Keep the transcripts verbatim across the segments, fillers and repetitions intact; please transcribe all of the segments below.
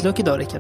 vitlök idag, Rickard?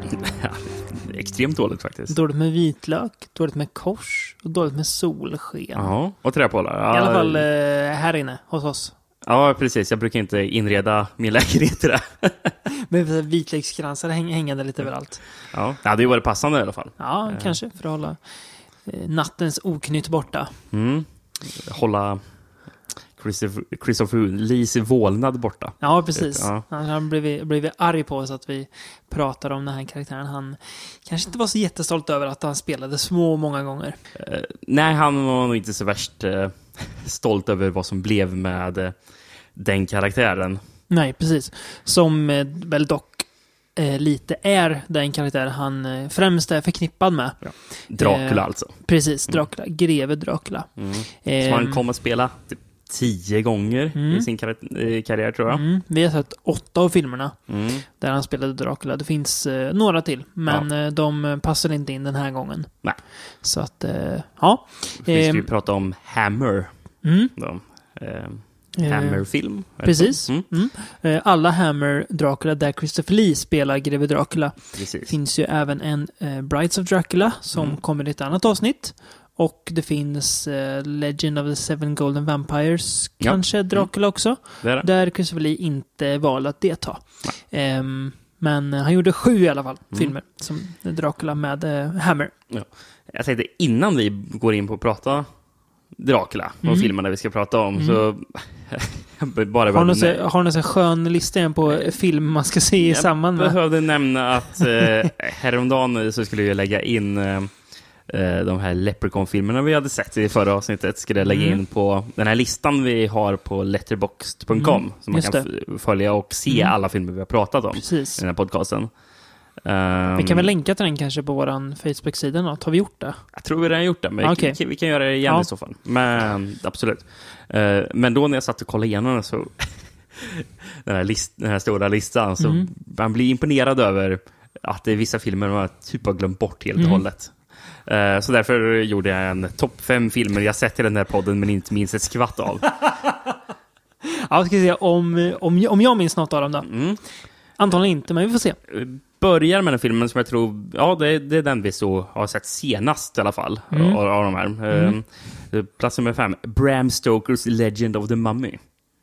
Extremt dåligt faktiskt. Dåligt med vitlök, dåligt med kors och dåligt med solsken. Ja, och träpålar. Ja, I alla fall eh, här inne hos oss. Ja, precis. Jag brukar inte inreda min lägenhet i det. Med vitlökskransar häng, hängande lite överallt. Ja, det hade ju varit passande i alla fall. Ja, eh. kanske för att hålla eh, nattens oknytt borta. Mm. Hålla Christopher, Christopher Lees vålnad borta. Ja, precis. Ja. Han har blivit, blivit arg på oss att vi pratar om den här karaktären. Han kanske inte var så jättestolt över att han spelade små många gånger. Eh, nej, han var nog inte så värst eh, stolt över vad som blev med eh, den karaktären. Nej, precis. Som eh, väl dock eh, lite är den karaktär han eh, främst är förknippad med. Ja. Dracula eh, alltså. Precis, Dracula. Mm. Greve Dracula. Mm. Eh, Som han kommer att spela typ tio gånger mm. i sin kar- karriär, tror jag. Mm. Vi har sett åtta av filmerna mm. där han spelade Dracula. Det finns eh, några till, men ja. eh, de passar inte in den här gången. Nej. Så att, eh, ja. Vi ska ju eh, prata om Hammer. Mm. Då. Eh, Hammer-film. Precis. Mm. Mm. Eh, alla Hammer Dracula där Christopher Lee spelar greve Dracula. Precis. Finns ju även en eh, Brides of Dracula som mm. kommer i ett annat avsnitt. Och det finns uh, Legend of the Seven Golden Vampires, ja. kanske Dracula mm. också. Det det. Där Christopher Lee inte valde att delta. Um, men han gjorde sju i alla fall mm. filmer som Dracula med uh, Hammer. Ja. Jag tänkte innan vi går in på att prata Dracula och mm. filmerna vi ska prata om mm. så bara har du så, har någon så skön lista på film man ska se i jag samband med? Jag behövde nämna att eh, häromdagen så skulle jag lägga in eh, de här Leprechaun-filmerna vi hade sett i förra avsnittet skulle jag lägga mm. in på den här listan vi har på letterboxd punkt com mm. så man Just kan f- följa och se mm. alla filmer vi har pratat om Precis. i den här podcasten. Um, vi kan väl länka till den kanske på våran Facebook-sida något. Har vi gjort det? Jag tror vi redan gjort det, men okay. vi, vi kan göra det igen ja. i så fall. Men absolut. Uh, men då när jag satt och kollade igenom den så den, här list, den här stora listan så mm. man blir imponerad över att det är vissa filmer man typ har glömt bort helt och mm. hållet. Uh, så därför gjorde jag en topp fem filmer jag sett i den här podden men inte minst ett skvatt av. Ja, ska se om, om, om jag minns något av dem då. Mm. Antagligen inte, men vi får se. Börjar med den filmen som jag tror, ja det, det är den vi så har sett senast i alla fall mm. av, av de här. Mm. Uh, plats nummer fem, Bram Stokers Legend of the Mummy.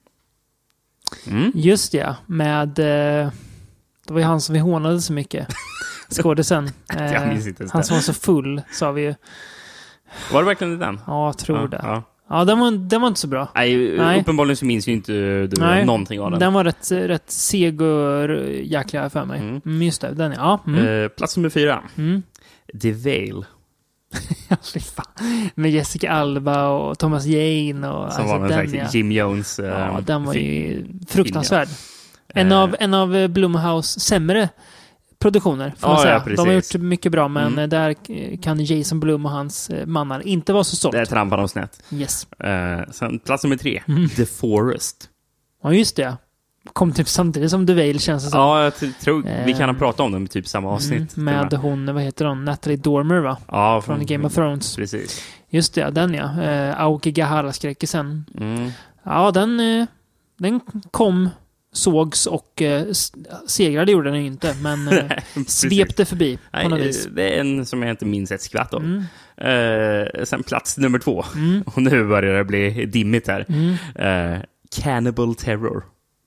Mm. Just ja, med uh, det var ju han som vi hånade så mycket. Skådisen. Uh, han som var så full, sa vi ju. Var det verkligen den? Ja, jag tror ja, det. Ja. Ja, den var, den var inte så bra. Nej, Nej. uppenbarligen så minns ju inte du Nej. någonting av den. Den var rätt, rätt seg och jäkla för mig. Mm. Mm, just det, den ja. Mm. Uh, plats nummer fyra. Mm. The Veil. Fy fan. Med Jessica Alba och Thomas Jane. Och, som alltså, var en den, slags Jim Jones. Uh, ja, den var ju fruktansvärd. En, uh. av, en av Blumhouse sämre produktioner, får man oh, säga. Ja, de har gjort mycket bra, men mm. där kan Jason Blum och hans mannar inte vara så stolt. Där trampar de snett. Yes. Uh, sen plats nummer tre, mm. The Forest. Ja, just det. Kom typ samtidigt som The Veil, känns det som. Ja, jag t- tror uh, vi kan ha pratat om dem i typ samma avsnitt. Mm, med hon, vad heter hon? Natalie Dormer, va? Ja. Från Game of Thrones. Precis. Just det, den ja. Uh, Aoki Gahara-skräckisen. Mm. Ja, den, uh, den kom... sågs och eh, segrade gjorde den inte, men eh, svepte förbi på Nej, något vis. Det är en som jag inte minns ett skvatt om. Mm. Eh, sen plats nummer två. Mm. Och nu börjar det bli dimmigt här. Mm. Eh, Cannibal Terror.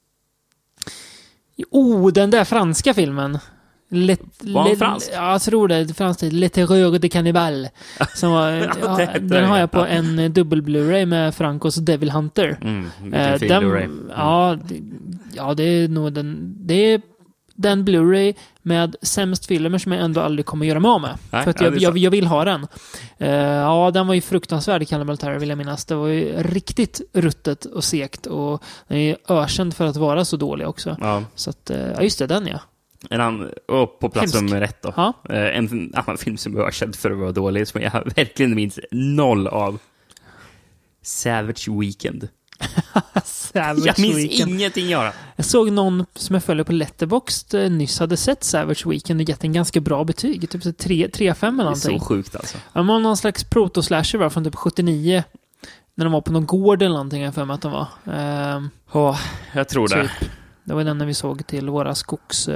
Oh, den där franska filmen. Let, var le, fransk? Ja, jag tror det. Fransk tid. Le Terreur de Cannibal. Som var, ja, ja, den har jag på en dubbel Blu-ray med Francos Devil Hunter. Mm, eh, den, mm. ja, det, ja, det är nog den... Det är den Blu-ray med sämst filmer som jag ändå aldrig kommer göra mig av med. Nej, för att jag, jag, jag vill ha den. Uh, ja, den var ju fruktansvärd i Cannibal Terror, vill jag minnas. Det var ju riktigt ruttet och segt. Och den är ökänd för att vara så dålig också. Ja. Så att, uh, ja just det, den ja. En annan, och på plats nummer ett då. Ja. Uh, en annan film som är ökänd för att vara dålig, som jag verkligen minns noll av. Savage Weekend. Savage jag minns Weekend. Ingenting göra. Jag såg någon som jag följer på Letterboxd eh, nyss hade sett Savage Weekend och gett en ganska bra betyg. Typ tre fem eller någonting. Det är så sjukt alltså. De var någon slags proto-slasher var från typ sjuttionio. När de var på någon gård eller någonting, jag för mig att de var. Ja, uh, oh, jag tror typ. det. Det var den när vi såg till våra skogs... Uh,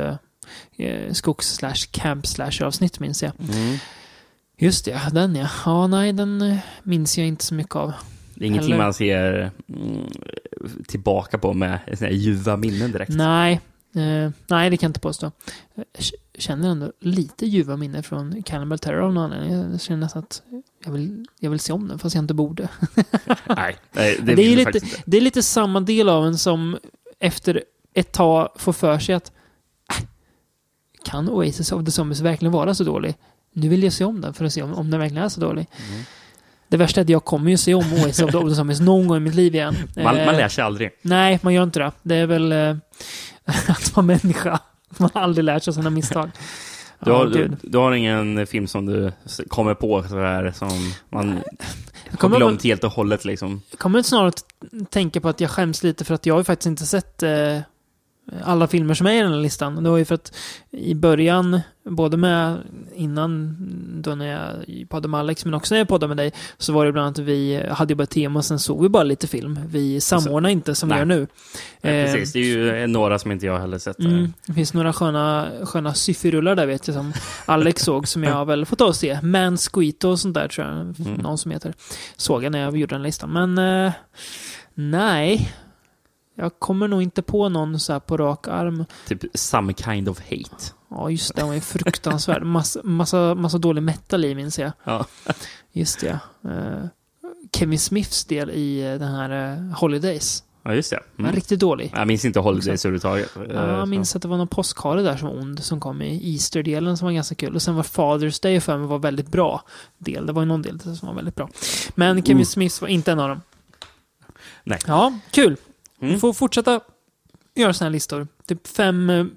eh, skogs slash camp slash avsnitt minns jag. Mm. Just det, den ja. Ja, nej, den eh, minns jag inte så mycket av. Det är ingenting Eller... man ser mm, tillbaka på med såna här ljuva minnen direkt. Nej, eh, nej, det kan jag inte påstå. Jag känner ändå lite ljuva minnen från Cannibal Terror av någon anledning. Jag känner nästan att jag vill, jag vill se om den, fast jag inte borde. nej, nej, det, det, är lite, det är lite samma del av en som efter ett tag får för sig att äh, kan Oasis of the Zombies verkligen vara så dålig? Nu vill jag se om den för att se om, om den verkligen är så dålig. Mm. Det värsta är att jag kommer ju se om Oasis of the Zombies någon gång i mitt liv igen. Man, man lär sig aldrig. Nej, man gör inte det. Det är väl eh, att vara människa. Man har aldrig lärt sig sina misstag. Du har, oh, du, du har ingen film som du kommer på så här, som man har glömt helt och hållet liksom. Jag kommer snarare att tänka på att jag skäms lite för att jag har ju faktiskt inte sett eh, alla filmer som är i den här listan. Det var ju för att i början, både med innan då när jag poddade med Alex men också när jag poddade med dig, så var det bland annat att vi hade ju bara tema och sen såg vi bara lite film. Vi samordnar inte som vi gör nu. Nej, eh, precis, det är ju några som inte jag heller sett. Mm, det finns några sköna, sköna syfirullar där vet jag som Alex såg som jag väl fått av se. Mansquito och sånt där tror jag. Mm. Någon som heter. Såg jag när jag gjorde den listan. Men eh, nej... Jag kommer nog inte på någon så här på rak arm. Typ Some Kind of Hate. Ja, just det. Den var ju fruktansvärd. Massa, massa, massa dålig metal i, minns jag. Ja. Just det. Uh, Kevin Smiths del i den här uh, Holidays. Ja, just det. Mm. Riktigt dålig. Jag minns inte Holidays överhuvudtaget. Ja, jag minns att det var någon påskhare där som var ond som kom i Easter-delen som var ganska kul. Och sen var Father's Day för mig var väldigt bra del. Det var ju någon del som var väldigt bra. Men Kevin uh. Smiths var inte en av dem. Nej. Ja, kul. Mm. Vi får fortsätta göra såna här listor. Typ fem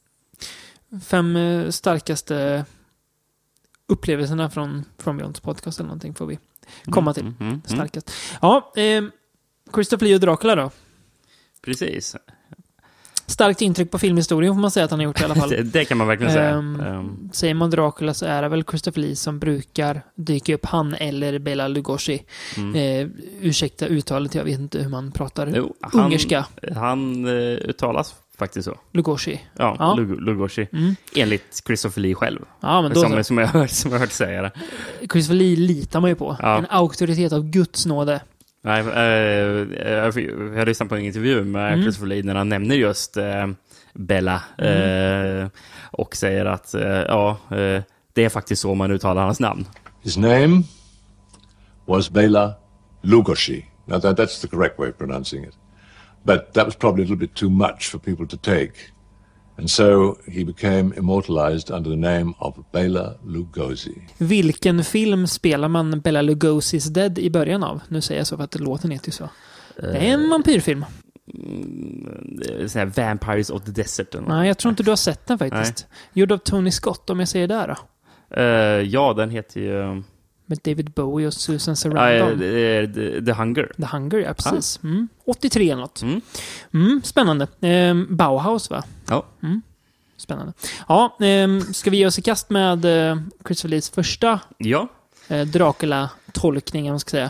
fem starkaste upplevelserna från From Beyond's podcast eller någonting får vi komma till. Mm, mm, mm. Starkast. Ja, eh, Christopher Lee och Dracula då. Precis. Starkt intryck på filmhistorien får man säga att han har gjort i alla fall. det, det kan man verkligen säga. Um, um. Säger man Dracula så är det väl Christopher Lee som brukar dyka upp, han eller Bela Lugosi. Mm. Eh, ursäkta uttalet, jag vet inte hur man pratar jo, han, ungerska. Han uh, uttalas faktiskt så. Lugosi. Ja, ja. Lug- Lugosi. Mm. Enligt Christopher Lee själv. Ja, men då som, som, jag hört, som jag hört säga det. Christopher Lee litar man ju på. Ja. En auktoritet av Guds nåde. Nej, äh, jag har lyssnat på en intervju med mm. Christopher Lee när han nämner just äh, Bella mm. äh, och säger att äh, ja, äh, det är faktiskt så man uttalar hans namn. His name was Bela Lugosi. Now that, that's the correct way of pronouncing it. But that was probably a little bit too much for people to take. And so he became immortalized under the name of Bela Lugosi. Vilken film spelar man Bela Lugosi's Dead i början av? Nu säger jag så för att låten heter ju så. Det är en vampyrfilm. Mm, sån här Vampires of the Desert. Eller Nej, jag tror inte du har sett den faktiskt. Nej. Gjord av Tony Scott, om jag säger det då. Uh, ja, den heter ju... Med David Bowie och Susan Sarandon. Uh, the, the Hunger. The Hunger, ja, precis. Ah. Mm. åttiotre eller något. Mm. Mm, spännande. Um, Bauhaus, va? Ja. Mm. Spännande. Ja, um, ska vi ge oss i kast med uh, Christopher Lees första ja. uh, Dracula-tolkning, om man ska säga.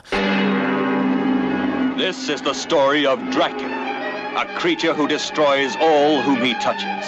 This is the story of Dracula, a creature who destroys all whom he touches.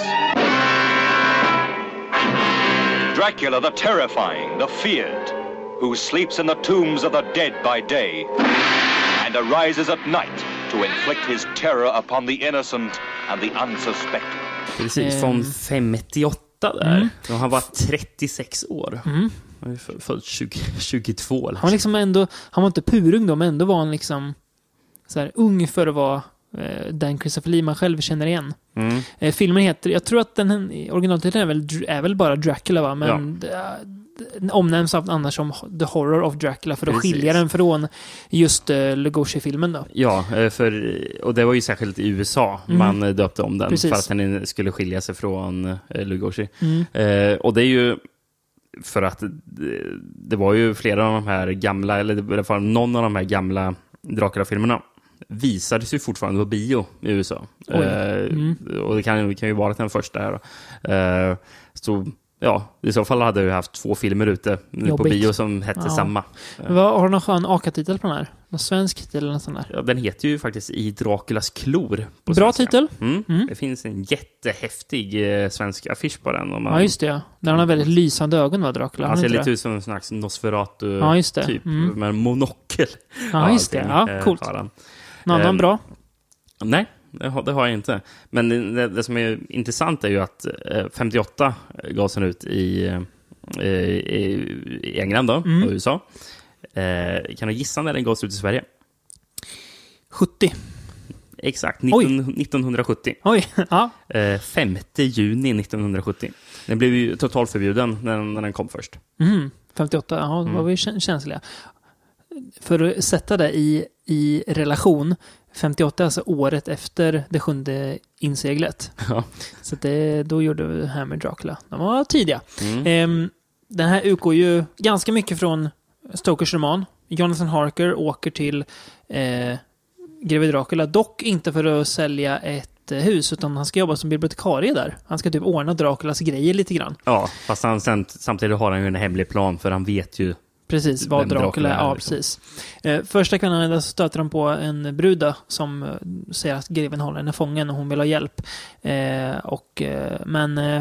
Dracula the terrifying, the feared, who sleeps in the tombs of the dead by day and arises at night to inflict his terror upon the innocent and the unsuspecting. Precis, mm. från femtioåtta där. Mm. Då han var trettiosex år. Mm. Han är född tjugo, tjugotvå. Liksom. Han var liksom ändå, han var inte purung då, men ändå var han liksom så här ung för att vara eh, den Christopher Lee man själv känner igen. Mm. Eh, filmen heter, jag tror att den originaltiteln är väl, är väl bara Dracula, va? Men ja. det, omnämns av annars som The Horror of Dracula för att Precis. skilja den från just uh, Lugosi-filmen då. Ja, för, och det var ju särskilt i U S A mm. man döpte om den. Precis. För att den skulle skilja sig från uh, Lugosi. Mm. Uh, och det är ju för att det, det var ju flera av de här gamla, eller i alla fall någon av de här gamla Dracula-filmerna visades ju fortfarande på bio i U S A. Uh, mm. Och det kan, kan ju vara den första här då. Uh, så ja, i så fall hade vi haft två filmer ute Jobbigt. på bio som hette ja. samma. Vad, har du någon skön A K A-titel på den här? Någon svensk titel eller något sånt där? Ja, den heter ju faktiskt I Draculas klor. På Bra svenska. Titel. Mm. Mm. Det finns en jättehäftig eh, svensk affisch på den. Om man... Ja, just det. Där han har väldigt lysande ögon, va, Dracula? Han ser lite ut som en slags Nosferatu-typ ja, mm. med monokel. Ja, just det. Ja, eh, coolt. Någon annan um, bra? Nej, det har, det har jag inte. Men det, det som är intressant är ju att eh, femtioåtta gavs den ut i, eh, i, i England då, mm. och U S A. Eh, kan du gissa när den gavs ut i Sverige? sjuttio. Exakt, nitton, nittonhundrasjuttio. Oj, ja. Eh, femte juni nittonhundrasjuttio. Den blev ju totalförbjuden när, när den kom först. Mm, femtioåtta, ja, mm. var vi känsliga. För att sätta det i, i relation, femtioåtta är alltså året efter det sjunde inseglet. Ja. Så det, då gjorde Hammer Dracula. De var tidiga. Mm. Eh, den här utgår ju ganska mycket från Stokers roman. Jonathan Harker åker till eh, Greve Dracula, dock inte för att sälja ett eh, hus, utan han ska jobba som bibliotekarie där. Han ska typ ordna Draculas grejer lite grann. Ja, fast han, samtidigt har han ju en hemlig plan, för han vet ju precis vad Dracula, Dracula är. Ja, precis. Eh, första kvällen där så stöter de på en bruda som eh, säger att greven håller henne fången och hon vill ha hjälp. Eh, och, eh, men eh,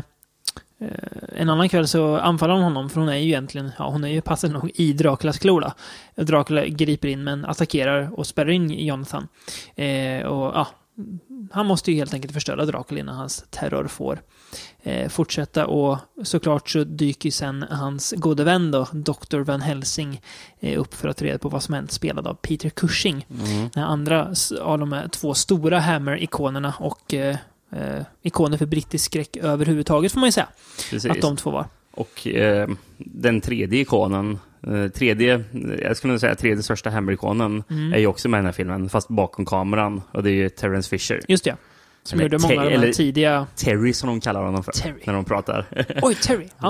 en annan kväll så anfaller hon honom, för hon är ju egentligen, ja, hon är ju passande nog i Draculas klor. Dracula griper in men attackerar och spärrar in Jonathan. Eh, och ja, han måste ju helt enkelt förstöra Dracula innan hans terror får eh, fortsätta. Och såklart så dyker sen hans gode vän då, doktor Van Helsing, eh, upp för att reda på vad som hänt, spelad av Peter Cushing. Mm. Den andra av de här två stora Hammer-ikonerna och eh, Eh, ikoner för brittisk skräck överhuvudtaget, får man ju säga. Precis. Att de två var. Och eh, den tredje ikonen, eh, tredje, jag skulle säga tredje största Hammer-ikonen, mm. är ju också med i den här filmen, fast bakom kameran, och det är ju Terence Fisher. Just det. Som gjorde många av de här tidiga... Terry, som de kallar honom för. Terry. När de pratar. Oj, Terry. Ja.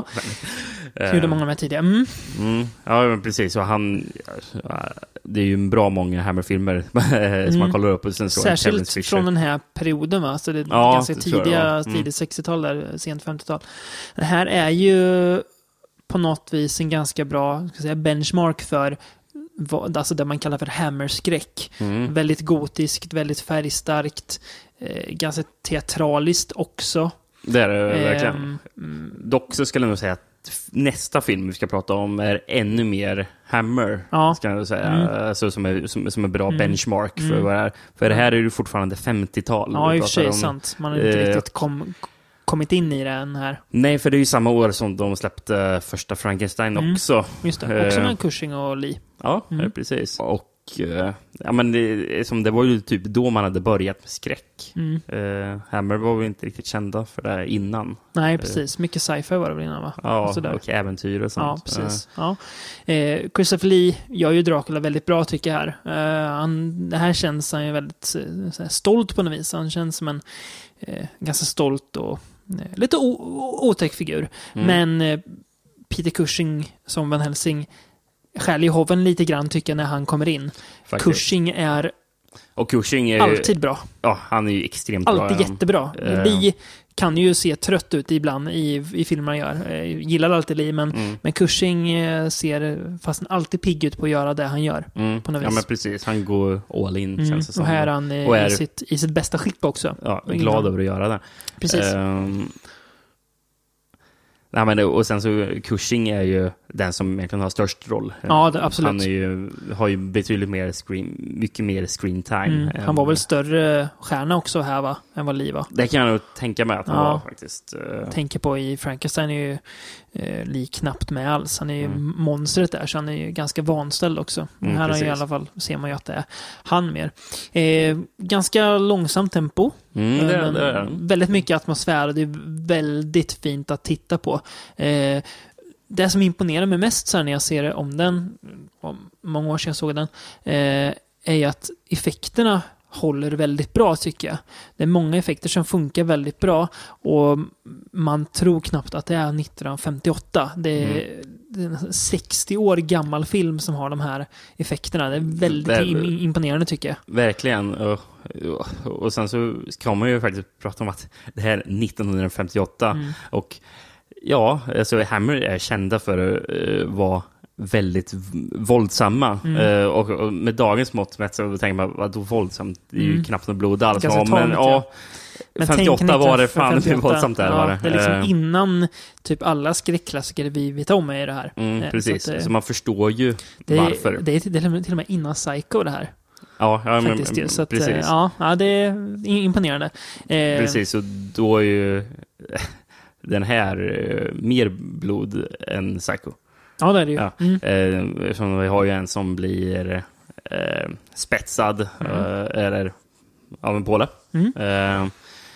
Som gjorde många av de här tidiga. Mm. Mm. Ja, precis. Och han... Det är ju en bra många Hammer-filmer mm. som man kollar upp. Och sen så särskilt från den här perioden, va? Så det är ja, ganska tidiga, mm. tidigt sextiotal där, sent femtiotal. Det här är ju på något vis en ganska bra, ska säga, benchmark för alltså det man kallar för Hammer-skräck. Mm. Väldigt gotiskt, väldigt färgstarkt, eh, ganska teatraliskt också. Det är det verkligen. Um, Dock så skulle jag nog säga att nästa film vi ska prata om är ännu mer Hammer, ja. ska jag säga. Mm. Alltså, som, är, som, som är bra mm. benchmark för mm. vad det är. För det här är ju fortfarande femtiotal. Ja, i och för sig sant. Man har inte eh, riktigt kom, kommit in i den här. Nej, för det är ju samma år som de släppte första Frankenstein mm. också. Just det, också med Cushing och Lee. Ja, mm. precis. Och ja, men det, som det var ju typ då man hade börjat med skräck. Mm. Uh, Hammer var ju inte riktigt kända för det innan. Nej, precis. Mycket sci-fi var det väl innan, va? Ja, och, och äventyr och sånt. Ja, precis. Uh. Ja. Eh, Christopher Lee gör ju Dracula väldigt bra, tycker jag här. Uh, han, det här känns han ju väldigt så här, stolt på något vis. Han känns som en eh, ganska stolt och eh, lite otäck figur. Mm. Men eh, Peter Cushing som Van Helsing skäl i hoven lite grann, tycker jag, när han kommer in. Faktiskt. Cushing är, och Cushing är alltid bra. Ja, han är ju extremt alltid bra. Alltid jättebra. Uh. Lee kan ju se trött ut ibland i, i filmer han gör. Jag gillar alltid Lee, men, mm. men Cushing ser fast han alltid pigg ut på att göra det han gör. Mm. På något ja, vis. men precis. Han går all in, mm. känns det som. Och här är han i, är, i, sitt, i sitt bästa skick också. Ja, glad över att göra det. Precis. Um, Nej, men det, och sen så Cushing är ju den som egentligen har störst roll. Ja, det, absolut. Han är ju, har ju betydligt mer screen, mycket mer screen time. Mm. Han var väl större stjärna också här, va? Än vad Lee var. Det kan jag nog tänka mig att han ja. var faktiskt. Uh... Tänker på i Frankenstein är ju uh, Lee knappt med alls. Han är ju mm. monstret där, så han är ju ganska vanställd också. Mm, här är i alla fall, ser man ju att det är han mer. Eh, ganska långsamt tempo. Mm, det, men det är. Väldigt mycket atmosfär och det är väldigt fint att titta på. Eh, det som imponerar mig mest så här när jag ser det om den, om många år sedan jag såg den, eh, är att effekterna håller väldigt bra, tycker jag. Det är många effekter som funkar väldigt bra och man tror knappt att det är nittonhundrafemtioåtta. Det är, mm. det är en sextio år gammal film som har de här effekterna. Det är väldigt Ver- imponerande, tycker jag. Verkligen. Och, och sen så kan man ju faktiskt prata om att det här är nittonhundrafemtioåtta mm. och ja, alltså Hammer är kända för att uh, vara väldigt våldsamma. Mm. Uh, och, och med dagens mått mätt så tänker man, vad då våldsamt? Det är ju mm. knappt något blod alls. Ganska men ja, men femtioåtta var det fan hur våldsamt där ja, var det. Det är liksom uh. innan typ alla skräckklassiker vi vet om är det här. Mm, precis, så, att, så man förstår ju det, varför. Det är till, till och med innan Psycho det här. Ja, ja men, faktiskt, så att, precis. Ja, ja, det är imponerande. Eh, precis, och då är ju den här mer blod än Psycho. Ja, det är det ju. Ja. Mm. Eh, som vi har ju en som blir eh, spetsad mm. eh, eller av en påle. Mm. Eh,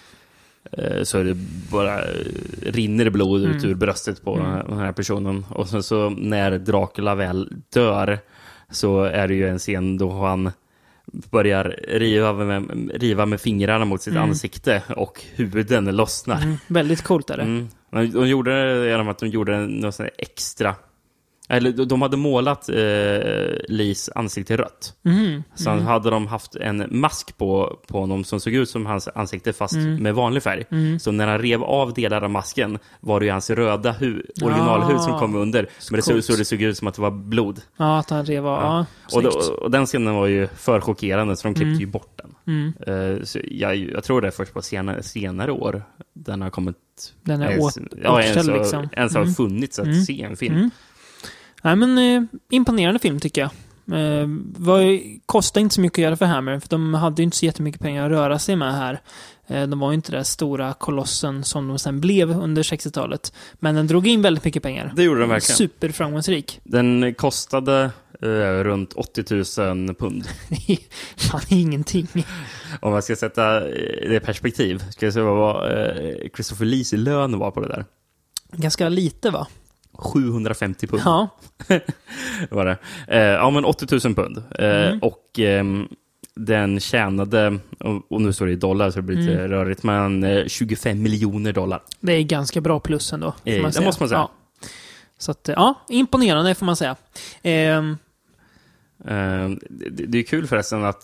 eh, så är det bara rinner blod mm. ut ur bröstet på mm. den här personen. Och sen så när Dracula väl dör så är det ju en scen då han börjar riva med, riva med fingrarna mot sitt mm. ansikte och huvuden lossnar. Mm. Väldigt coolt är det. Mm. De gjorde det genom att de gjorde något sånt extra. Eller de hade målat eh, Lees ansikte rött. Mm. Så mm. hade de haft en mask på, på honom som såg ut som hans ansikte fast mm. med vanlig färg. Mm. Så när han rev av delar av masken var det ju hans röda hu- originalhud ah, som kom under. Men det såg, så det såg ut som att det var blod. Ja, att han rev av. Ja. Ja, och, då, och den scenen var ju för chockerande så de klippte mm. ju bort den. Mm. Uh, så jag, jag tror det är först på senare, senare år den har kommit... Den är ens, åt, ja, ens, liksom. ens har mm. funnits att mm. se en film. Mm. Nej, men eh, imponerande film tycker jag. Eh, var, kostade inte så mycket att göra för Hammer, för de hade ju inte så jättemycket pengar att röra sig med här. Eh, de var ju inte den stora kolossen som de sen blev under sextiotalet. Men den drog in väldigt mycket pengar. Det gjorde den verkligen. Superframgångsrik. Den kostade eh, runt åttio tusen pund. Fan, ingenting. Om man ska sätta det i perspektiv, ska jag säga vad eh, Christopher Lees lön var på det där. Ganska lite, va? sjuhundrafemtio pund. Ja. var det. Eh, ja, men åttio tusen pund. Eh, mm. Och eh, den tjänade, och, och nu står det i dollar så det blir lite mm. rörigt, men eh, tjugofem miljoner dollar. Det är ganska bra plus ändå. Eh, det måste man säga. Ja. Så att, ja, imponerande får man säga. Eh, eh, det, det är kul förresten att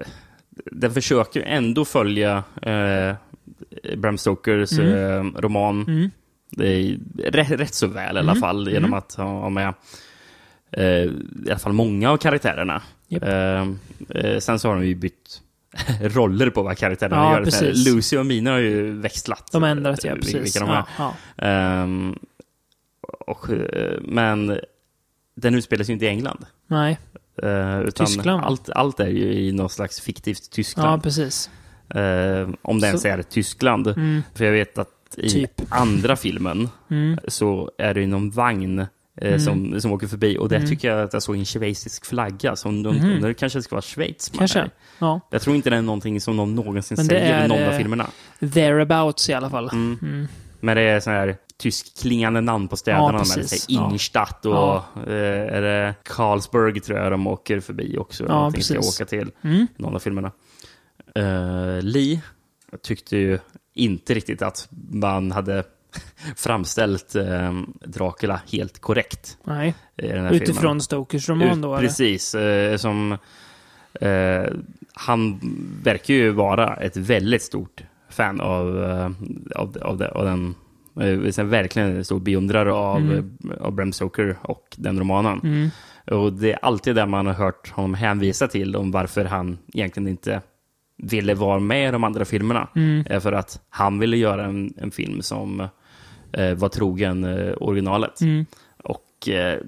den försöker ändå följa eh, Bram Stokers mm. eh, roman mm. Det är rätt, rätt så väl i alla mm. fall genom mm. att ha med eh, i alla fall många av karaktärerna. Yep. Eh, eh, sen så har de ju bytt roller på vad karaktärerna ja, gör. Precis. Lucy och Mina har ju växlat. De ändras, ja, precis. De ja, ja. Eh, och, men den utspelas ju inte i England. Nej. Eh, utan Tyskland. Allt, allt är ju i något slags fiktivt Tyskland. Ja, precis. Eh, om det ens är Tyskland. Mm. För jag vet att i typ. andra filmen mm. så är det någon vagn eh, mm. som, som åker förbi och där mm. tycker jag att jag såg en schweizisk flagga som de, mm. det kanske ska vara Schweiz. Kanske, ja. Jag tror inte det är någonting som de någonsin men säger i någon av eh, filmerna. Thereabouts i alla fall. Mm. Mm. Men det är sån här tysk klingande namn på städerna. Ja, Ingstadt och ja. eh, är det Karlsburg tror jag de åker förbi också. Ja, någonting ska åka till mm. någon av filmerna. Uh, Lee tyckte ju inte riktigt att man hade framställt eh, Dracula helt korrekt. Nej, i den här utifrån filmen. Stokers roman då? Precis, eh, som eh, han verkar ju vara ett väldigt stort fan av, eh, av, av, av den eh, verkligen en stor beundrare av, mm. av Bram Stoker och den romanen. Mm. Och det är alltid där man har hört honom hänvisa till om varför han egentligen inte ville vara med i de andra filmerna. Mm. För att han ville göra en, en film som eh, var trogen eh, originalet. Mm. Och eh,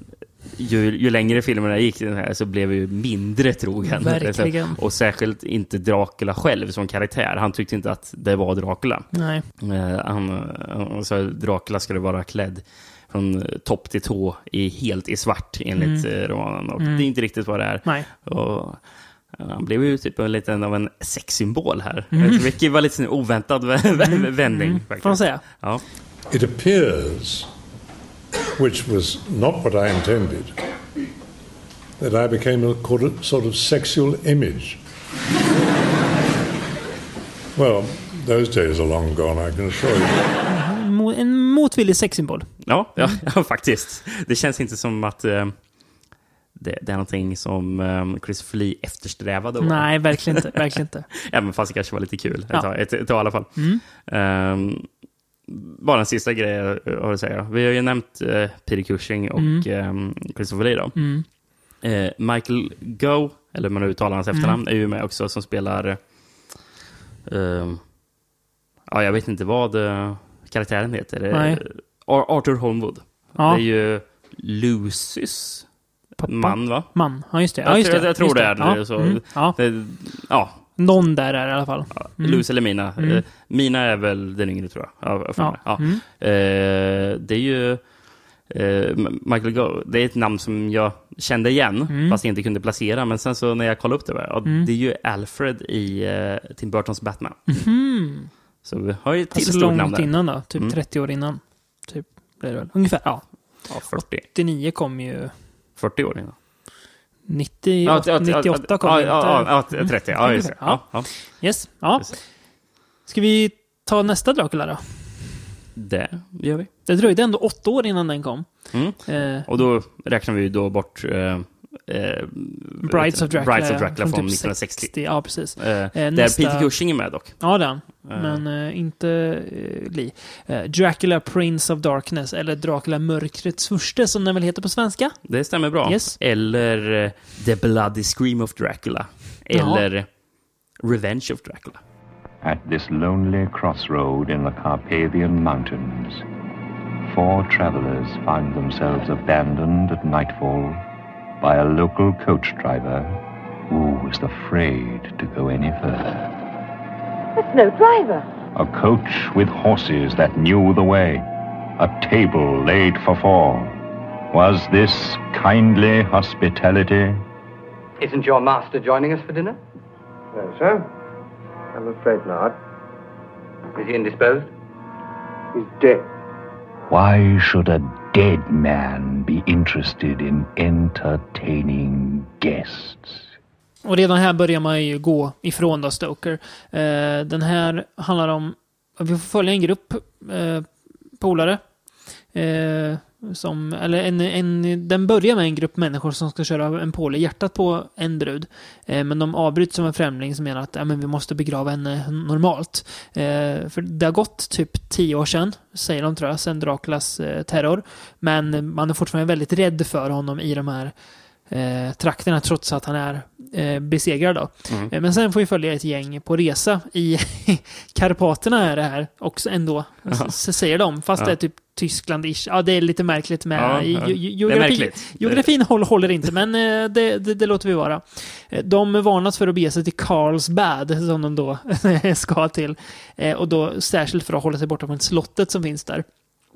ju, ju längre filmerna gick den här så blev ju mindre trogen. Verkligen. Och särskilt inte Dracula själv som karaktär. Han tyckte inte att det var Dracula. Nej. Eh, han, han sa att Dracula skulle vara klädd från topp till tå i, helt i svart enligt mm. romanen. Och mm. det är inte riktigt vad det är. Nej. Och han blev ju typ en liten av en sexsymbol här. Mm. Vilket var lite en oväntad mm. vändning. Mm. Får man säga. Ja. It appears, which was not what I intended, that I became a sort of sexual image. Well, those days are long gone, I can assure you. En motvillig sexsymbol. Ja, ja, ja, faktiskt. Det känns inte som att eh, det, det är någonting som um, Christopher Lee eftersträvade. Nej, verkligen inte. Verkligen inte. Även fast det kanske var lite kul. Ja. Ett, ett, ett, ett, i alla fall. Mm. Um, bara en sista grej jag har att säga. Vi har ju nämnt eh, Peter Cushing och mm. eh, Christopher Lee då. Mm. Eh, Michael Gough, eller man uttalar hans efternamn, mm. är ju med också som spelar eh, ja, jag vet inte vad eh, karaktären heter. Eh, Arthur Holmwood. Ja. Det är ju Lucys Pappa. man, va? Man, ja just det. Ja, just jag, det. jag tror just det är det. Ja. Så, mm. ja. det, ja. Någon där är i alla fall. Ja, mm. Lucy eller Mina. Mm. Eh, Mina är väl den yngre, tror jag. Ja, ja. Ja. Mm. Eh, det är ju eh, Michael Gough. Det är ett namn som jag kände igen, mm. fast jag inte kunde placera. Men sen så när jag kollade upp det, ja, mm. det är ju Alfred i uh, Tim Burtons Batman. Mm. Så vi har ju ett till stort namn där. Innan då, typ mm. trettio år innan. Typ, blir det väl. Ungefär, ja. ja fyrtio. åttionio kom ju... fyrtio år innan. nittio, ja, ja, nittioåtta kom ja, inte. Ja, ja, trettio. Ja, just det. Ja, ja. Yes, ja. Ska vi ta nästa Dracula då? Det gör vi. Det dröjde ändå åtta år innan den kom. Mm. Eh. Och då räknar vi då bort... Eh, Eh, Brides of Dracula, Brides of Dracula från, från typ nittonhundrasextio. sextio, ja, precis. Eh, eh, nästa... Där Peter Cushing är med dock. Ja, den. Eh. Men eh, inte eh, Lee. Eh, Dracula Prince of Darkness, eller Dracula Mörkrets Furste, som den väl heter på svenska. Det stämmer bra. Yes. Eller eh, The Bloody Scream of Dracula. Eller Jaha. Revenge of Dracula. At this lonely crossroad in the Carpathian Mountains, four travelers find themselves abandoned at nightfall by a local coach driver who was afraid to go any further. There's no driver. A coach with horses that knew the way. A table laid for four. Was this kindly hospitality? Isn't your master joining us for dinner? No, sir. I'm afraid not. Is he indisposed? He's dead. Why should a dead man be interested in entertaining guests? Och redan här börjar man ju gå ifrån då Stoker. Eh, den här handlar om att vi får följa en grupp eh, polare. Eh, som, eller en, en, den börjar med en grupp människor som ska köra en påle i hjärtat på en brud. Eh, men de avbryts som en främling som menar att ja, men vi måste begrava henne normalt. Eh, för det har gått typ tio år sedan, säger de tror jag, sedan Draculas eh, terror. Men man är fortfarande väldigt rädd för honom i de här eh, trakterna trots att han är eh, besegrad då. Mm. Eh, men sen får vi följa ett gäng på resa i Karpaterna är det här också ändå, så säger de. Fast ja. Det är typ Tyskland-ish. Ja, det är lite märkligt med ja, ja. geografi. Geografin håller, håller inte, men det, det, det låter vi vara. De varnas för att bege sig till Carlsbad som de då ska till. Och då särskilt för att hålla sig borta från slottet som finns där.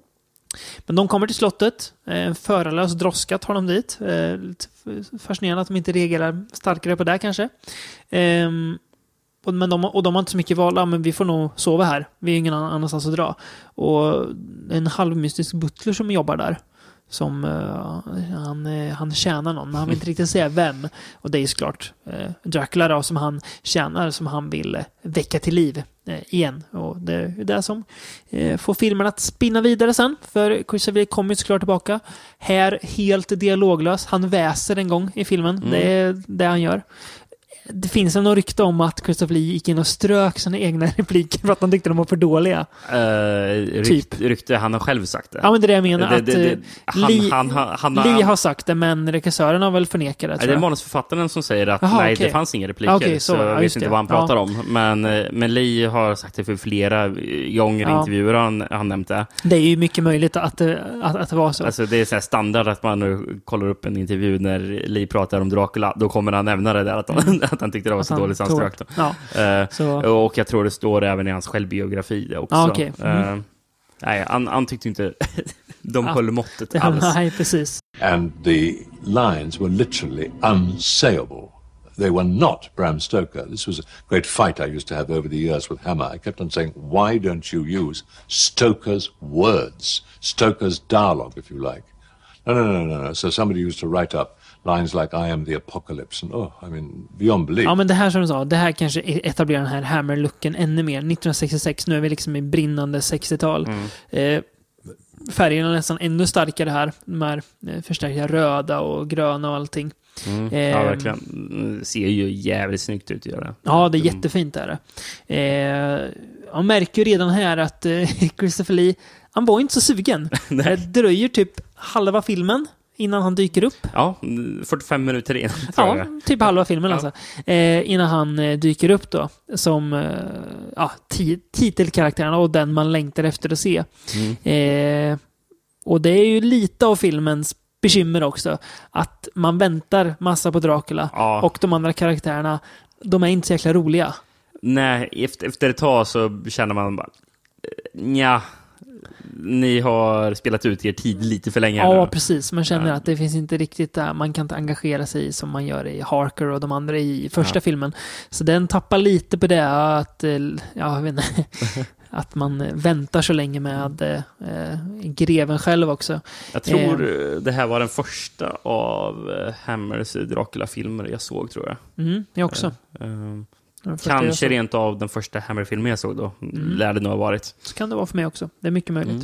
Men de kommer till slottet. En förarlös droska tar de dit. Lite fascinerande att de inte reagerar starkare på det kanske. Men de, och de har inte så mycket val, ja, men vi får nog sova här. Vi har ingen annanstans att dra. Och en halvmystisk butler som jobbar där. Som uh, han, han tjänar någon, men han vill inte riktigt säga vem. Och det är ju såklart uh, Dracula då, som han tjänar, som han vill uh, väcka till liv uh, igen. Och det är det som uh, får filmen att spinna vidare sen. För Christopher Lee kommer ju såklart tillbaka. Här helt dialoglös. Han väser en gång i filmen. Mm. Det är det han gör. Det finns en rykte om att Christopher Lee gick in och strök sina egna repliker för att han tyckte de var för dåliga. Uh, rykt, typ. Rykte, han har själv sagt det. Ja, men det är det jag menar. Det, att, det, det, han, Lee, han, han, han, Lee har sagt det, men regissören har väl förnekat det. Nej, det är manusförfattaren som säger att Aha, nej, okay. det fanns inga repliker. Okay, så, så jag vet inte det. vad han pratar ja. om. Men, men Lee har sagt det för flera gånger i ja. intervjuer han, han nämnt det. Det är ju mycket möjligt att, att, att det var så. Alltså, det är så här standard att man nu kollar upp en intervju när Lee pratar om Dracula. Då kommer han nämna det där att han, mm. att han tyckte det var så dåligt sanströk. Ja. Uh, och jag tror det står även i hans självbiografi också. Ah, okay. mm. uh, nej, han, han tyckte inte de ah, höll måttet alls. Nej, precis. And the lines were literally unsayable. They were not Bram Stoker. This was a great fight I used to have over the years with Hammer. I kept on saying, why don't you use Stoker's words? Stoker's dialogue, if you like. No, no, no, no, no. So somebody used to write up lines like I am the apocalypse and oh, I mean, beyond belief. Ja, men det här som du sa, det här kanske etablerar den här Hammer-looken ännu mer. nittonhundrasextiosex, nu är vi liksom i brinnande sextiotal. Mm. Eh, färgerna är nästan ännu starkare här. De här eh, förstärkta röda och gröna och allting. Mm. Eh, ja, verkligen. Ser ju jävligt snyggt ut att göra. Ja, det är jättefint där. Eh, jag märker ju redan här att eh, Christopher Lee, han var inte så sugen. Det dröjer typ halva filmen innan han dyker upp. Ja, fyrtiofem minuter in. Ja, typ halva filmen ja. alltså. Eh, innan han eh, dyker upp då. Som eh, ja, t- titelkaraktärerna och den man längtar efter att se. Mm. Eh, och det är ju lite av filmens bekymmer också. Att man väntar massa på Dracula. Ja. Och de andra karaktärerna, de är inte så jäkla roliga. Nej, efter, efter ett tag så känner man bara nja, ni har spelat ut er tid lite för länge. Ja, nu. Precis. Man känner ja. att det finns inte riktigt där. Man kan inte engagera sig som man gör i Harker och de andra i första ja. filmen. Så den tappar lite på det att, ja, jag vet inte, att man väntar så länge med eh, greven själv också. Jag tror eh. det här var den första av Hammers Dracula-filmer jag såg, tror jag. Mm, jag också. Eh, eh. Kanske rent av den första Hammer-filmen jag såg då. Mm. Lär det nog ha varit. Så kan det vara för mig också. Det är mycket möjligt.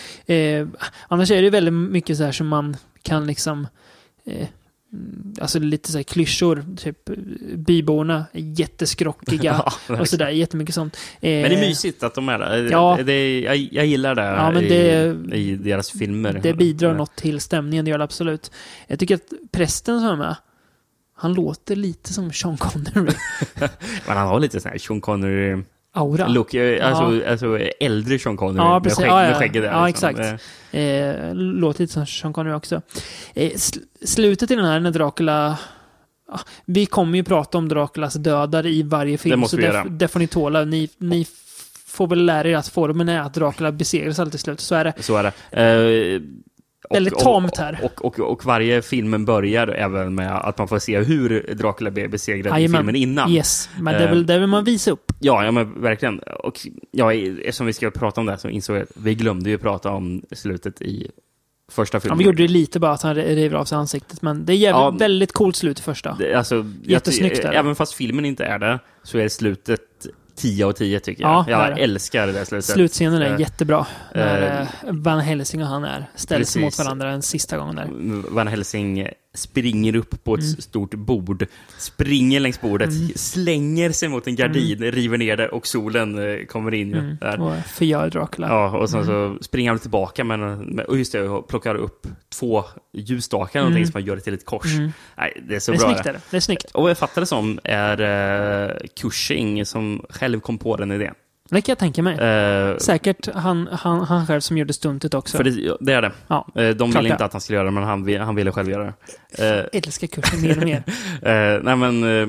Mm. Eh, annars är det väldigt mycket så här som man kan liksom eh, alltså lite så här klyschor. Typ byborna är jätteskrockiga ja, och sådär. Jättemycket sånt. Eh, men det är mysigt att de är där. Ja, det, jag, jag gillar det, ja, men det i, i deras filmer. Det bidrar ja. något till stämningen, det gör det absolut. Jag tycker att prästen som är med, han låter lite som Sean Connery. Men han har lite sån här Sean Connery aura. Look, alltså, ja. alltså äldre Sean Connery ja, med, skägg, ja, ja. med skägget där. Ja, liksom. exakt. Eh, låter lite som Sean Connery också. Eh, sl- slutet i den här när Dracula... Ja, vi kommer ju prata om Draculas dödar i varje film. Det måste så vi det, göra. det får ni tåla. Ni, ni får väl lära er att formen är att Dracula besegras alltid slut. Så är det. Så är det. Eh... Och, väldigt tamt här. Och, och, och, och varje filmen börjar även med att man får se hur Dracula blir besegrad i filmen innan. Yes, men det vill, det vill man visa upp. Ja, ja men verkligen. Och ja, eftersom vi ska prata om det så insåg jag att vi glömde ju prata om slutet i första filmen. Ja, vi gjorde det lite bara att han river av sig ansiktet, men det är jävligt, ja, väldigt coolt slut i första. Det, alltså, jättesnyggt där. Även fast filmen inte är det så är slutet tio av tio tycker jag. Ja, jag älskar det där slutet. Slutscenen är uh, jättebra. När uh, Van Helsing och han är ställs mot varandra en sista gången där. Van Helsing springer upp på ett mm. stort bord, springer längs bordet, mm. slänger sig mot en gardin, mm. river ner det och solen uh, kommer in. Mm. Där. Och förgör Dracula. Ja, och sen mm. så springer han tillbaka men, och just det, och plockar upp två ljusstakar mm. någonting som man gör det till ett kors. Mm. Nej, det är så det är bra. Snyggt, det. det är snyggt. Och jag fattar det som är uh, Cushing som själv kom på den idén. Det kan jag tänka mig. Uh, Säkert han, han, han själv som gjorde stuntet också. För det, det är det. Ja, uh, de ville inte det. att han skulle göra det, men han, han ville själv göra det. Uh, jag älskar kursen mer och mer. uh, nej men uh,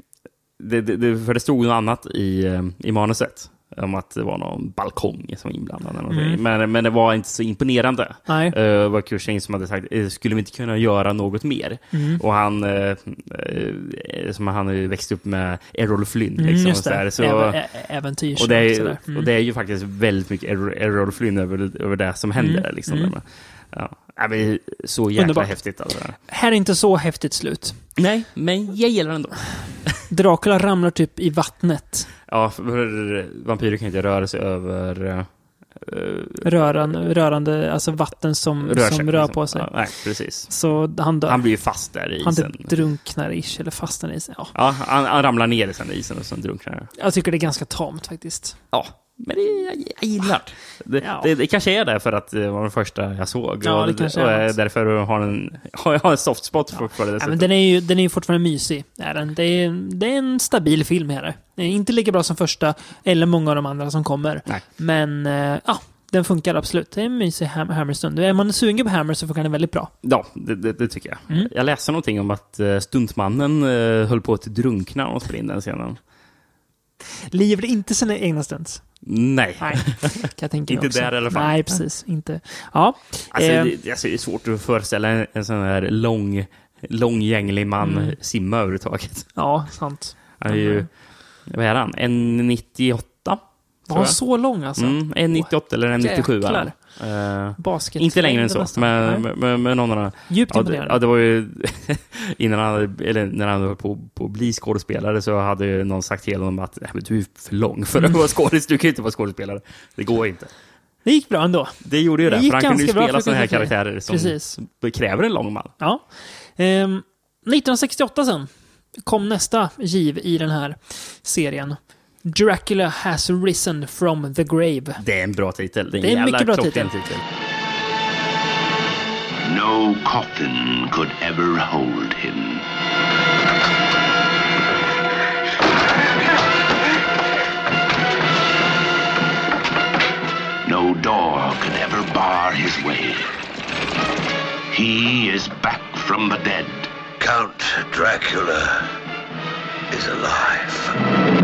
det, det, för det stod något annat i, uh, i manuset. Om att det var någon balkong som var inblandad. Mm. Men, men det var inte så imponerande. Nej. Uh, var Cushing som hade sagt, skulle vi inte kunna göra något mer? Mm. Och han uh, uh, som han växte upp med Errol Flynn. Liksom, mm, just det. Så där, så, Ä- äventyrs. Och det, är, mm. och det är ju faktiskt väldigt mycket Errol Flynn över, över det som händer. Mm. Liksom, mm. Ja. Ja, men så jäkla Underbart. Häftigt. Alltså. Här är inte så häftigt slut. Nej, men jag gillar ändå. Dracula ramlar typ i vattnet. Ja, för vampyrer kan inte röra sig över... Uh, Röran, rörande, alltså vatten som rör, som rör liksom. på sig. Ja, nej, precis. Så han, dör. Han blir ju fast där i isen. Han typ drunknar ish, eller fastnar i isen. Ja, ja han, han ramlar ner i sen i isen och sen drunknar. Jag tycker det är ganska tamt faktiskt. Ja, men det, jag, jag gillar det. Ja. Det, det kanske är det för att det var den första jag såg. Ja, och det kanske och är därför har en, har en soft spot för, ja. för det. Ja, men den är ju den är ju fortfarande mysig. Är den. Det, är, det är en stabil film här. Det är inte lika bra som första eller många av de andra som kommer. Nej. Men ja, den funkar absolut. Det är en mysig ham- Hammer-stund. Är man sugen på Hammer så funkar den väldigt bra. Ja, det, det, det tycker jag. Mm. Jag läste någonting om att uh, stuntmannen uh, höll på att drunkna och spela in den scenen. Lever inte sina egna stunts? Nej. Nej, kan jag tänka inte också. där i alla fall. Nej, precis. Inte. Ja. Alltså, eh. det, alltså, det är svårt att föreställa en, en sån här lång, långgänglig man mm. simma överhuvudtaget. Ja, sant. Han är ju, vad är han? en nittioåtta? Var han så lång alltså? Mm, en nittioåtta oh, eller en nittiosju. Uh, Basket. Inte längre än så, men med, med, med någon annan. Djupt ja, det, ja, det var ju innan han, eller när han var på, på att bli skådespelare så hade ju någon sagt till honom att du är för lång för att vara skådespelare. Du kan ju inte vara skådespelare. Det går inte. Det gick bra ändå. Det gjorde ju det, det för han kunde ju spela sådana här karaktärer som Precis. kräver en lång man. Ja. Um, nittonhundrasextioåtta sen kom nästa giv i den här serien. Dracula has risen from the grave. Det är en bra titel. Det är en, det är en mycket bra titel. titel. No coffin could ever hold him. No door could ever bar his way. He is back from the dead. Count Dracula is alive.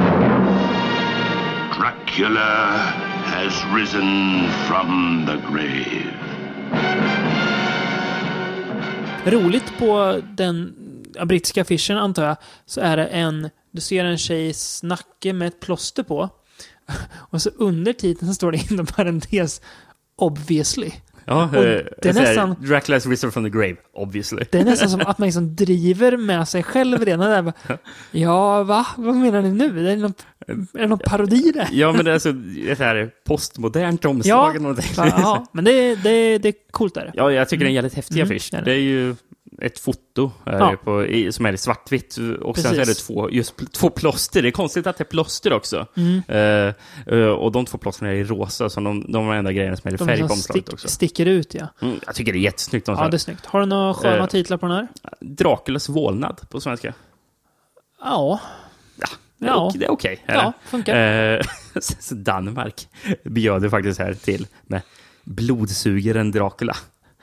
Dracula has risen from the grave. Roligt på den brittiska affischen, antar jag, så är det en, du ser en tjejs nacke med ett plåster på. Och så under titeln så står det inom parentes obviously. Ja, och det är nästan Dracula's risen from the grave, obviously. Det är nästan som att man liksom driver med sig själv redan där. Ja, va? Vad menar ni nu? Det är, någon, är det någon parodi där? Ja, men det är alltså ett här postmodernt omslag. Ja, ja, men det, det, det är coolt där. Ja, jag tycker det är en jävligt häftig Mm, affisch. det är det. Det är ju ett foto är Ja. det på, i, som är i svartvitt. Och Precis. sen så är det två, just pl- två plåster. Det är konstigt att det är plåster också. Mm. Eh, eh, och de två plåsterna är i rosa. Så de, de var enda grejerna som är i De färg som på omslaget stick, också. sticker ut, ja. Mm, jag tycker det är jättesnyggt. Ja, det är snyggt. Har du några sköna Eh, titlar på den här? Draculas vålnad på svenska. Ja. Ja, det är, Ja. ok- det är okej. Ja, eller? funkar. Eh, så Danmark bjöd det faktiskt här till med blodsugaren Dracula.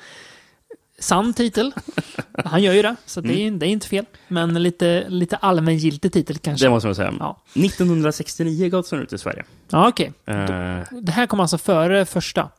Sann titel. Han gör ju det, så det är, det är inte fel. Men lite, lite allmängiltig titel kanske. Det måste man säga. Ja. nittonhundrasextionio gavs den ut i Sverige. Ja, okej. Eh, Det här kom alltså före första.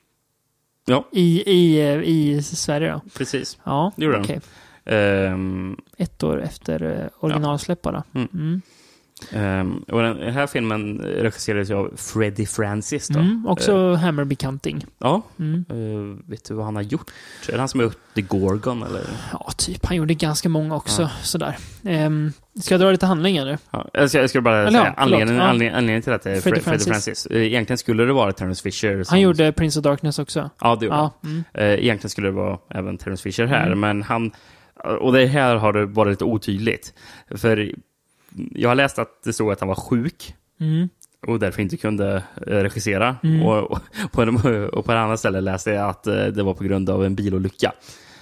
ja, I, i, i Sverige då. precis. Ja, Det gjorde den. okej. Ehm, Ett år efter eh, originalsläpp bara. Mm. Mm. ehm, och den här filmen regisserades ju av Freddie Francis då. Mm. Också Eh, Hammerby-kanting. ja. Mm. Eh, vet du vad han har gjort? Är det han som har gjort The Gorgon eller? Ja, typ. Han gjorde ganska många också. Sådär. Um, ska jag dra lite handling eller? Ja, jag, ska, jag ska bara Eller säga ja, förlåt. anledningen, Ja. anledningen, anledningen till att det är Freddie Fre- Freddie Francis. Francis. Eh, Egentligen skulle det vara Terence Fisher. Som, Han gjorde Prince of Darkness också. Ja, det gjorde Ja. han. Mm. Eh, Egentligen skulle det vara även Terence Fisher här, Mm. men han... Och det här har det varit lite otydligt. För jag har läst att det stod att han var sjuk Mm. och därför inte kunde eh, regissera. Mm. Och, och, på en, och på ett annat ställe läste jag att eh, det var på grund av en bilolycka.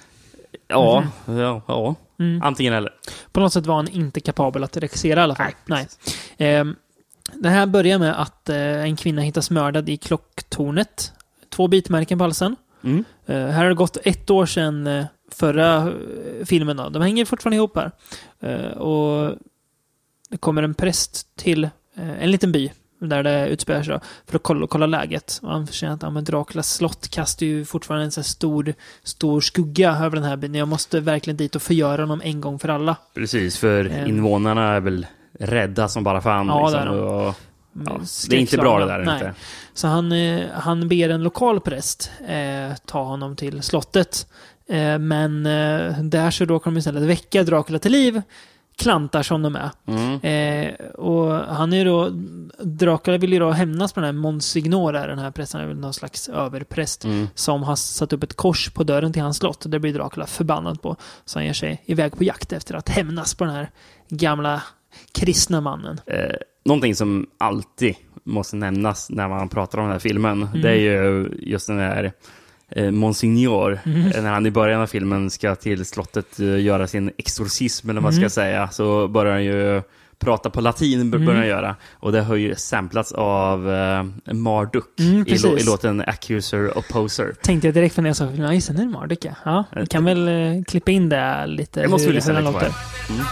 Ja, ja, ja. Mm. Antingen eller. På något sätt var han inte kapabel att regissera i alla fall. Nej. Nej. Ehm, det här börjar med att eh, en kvinna hittas mördad i klocktornet. Två bitmärken på halsen. Mm. Eh, här har det gått ett år sedan eh, förra eh, filmen. Då. De hänger fortfarande ihop här. Eh, och det kommer en präst till eh, en liten by där det utspelar sig då, för att kolla, kolla läget. Och han känner att ja, men Draculas slott kastar ju fortfarande en så här stor, stor skugga över den här byn. Jag måste verkligen dit och förgöra honom en gång för alla. Precis, för Ehm. invånarna är väl rädda som bara fan. Ja, liksom, det är de. och, ja, det är inte bra det där. Nej. Inte. Så han, eh, han ber en lokal präst eh, ta honom till slottet. Eh, men eh, där så då kommer de istället väcka Dracula till liv. Klantar som de är. Mm. Eh, och han är ju då... Dracula vill ju då hämnas på den här Monsignor där, den här prästen är väl någon slags överpräst Mm. som har satt upp ett kors på dörren till hans slott. Och det blir Dracula förbannad på. Så han ger sig iväg på jakt efter att hämnas på den här gamla kristna mannen. Eh, någonting som alltid måste nämnas när man pratar om den här filmen, Mm. det är ju just den här eh, Monsignor, Mm. eh, när han i början av filmen ska till slottet eh, göra sin exorcism, eller vad man Mm. ska säga, så börjar han ju prata på latin, börjar Mm. han göra. Och det har ju samplats av eh, Marduk Mm, i, precis. lå- i låten Accuser Opposer. Tänkte jag direkt för när jag sa ja, just det, nu är det Marduk, ja. Ja, vi kan väl eh, klippa in det lite. Det måste vi hur- lyssna hur lite den på låter. här. Mm.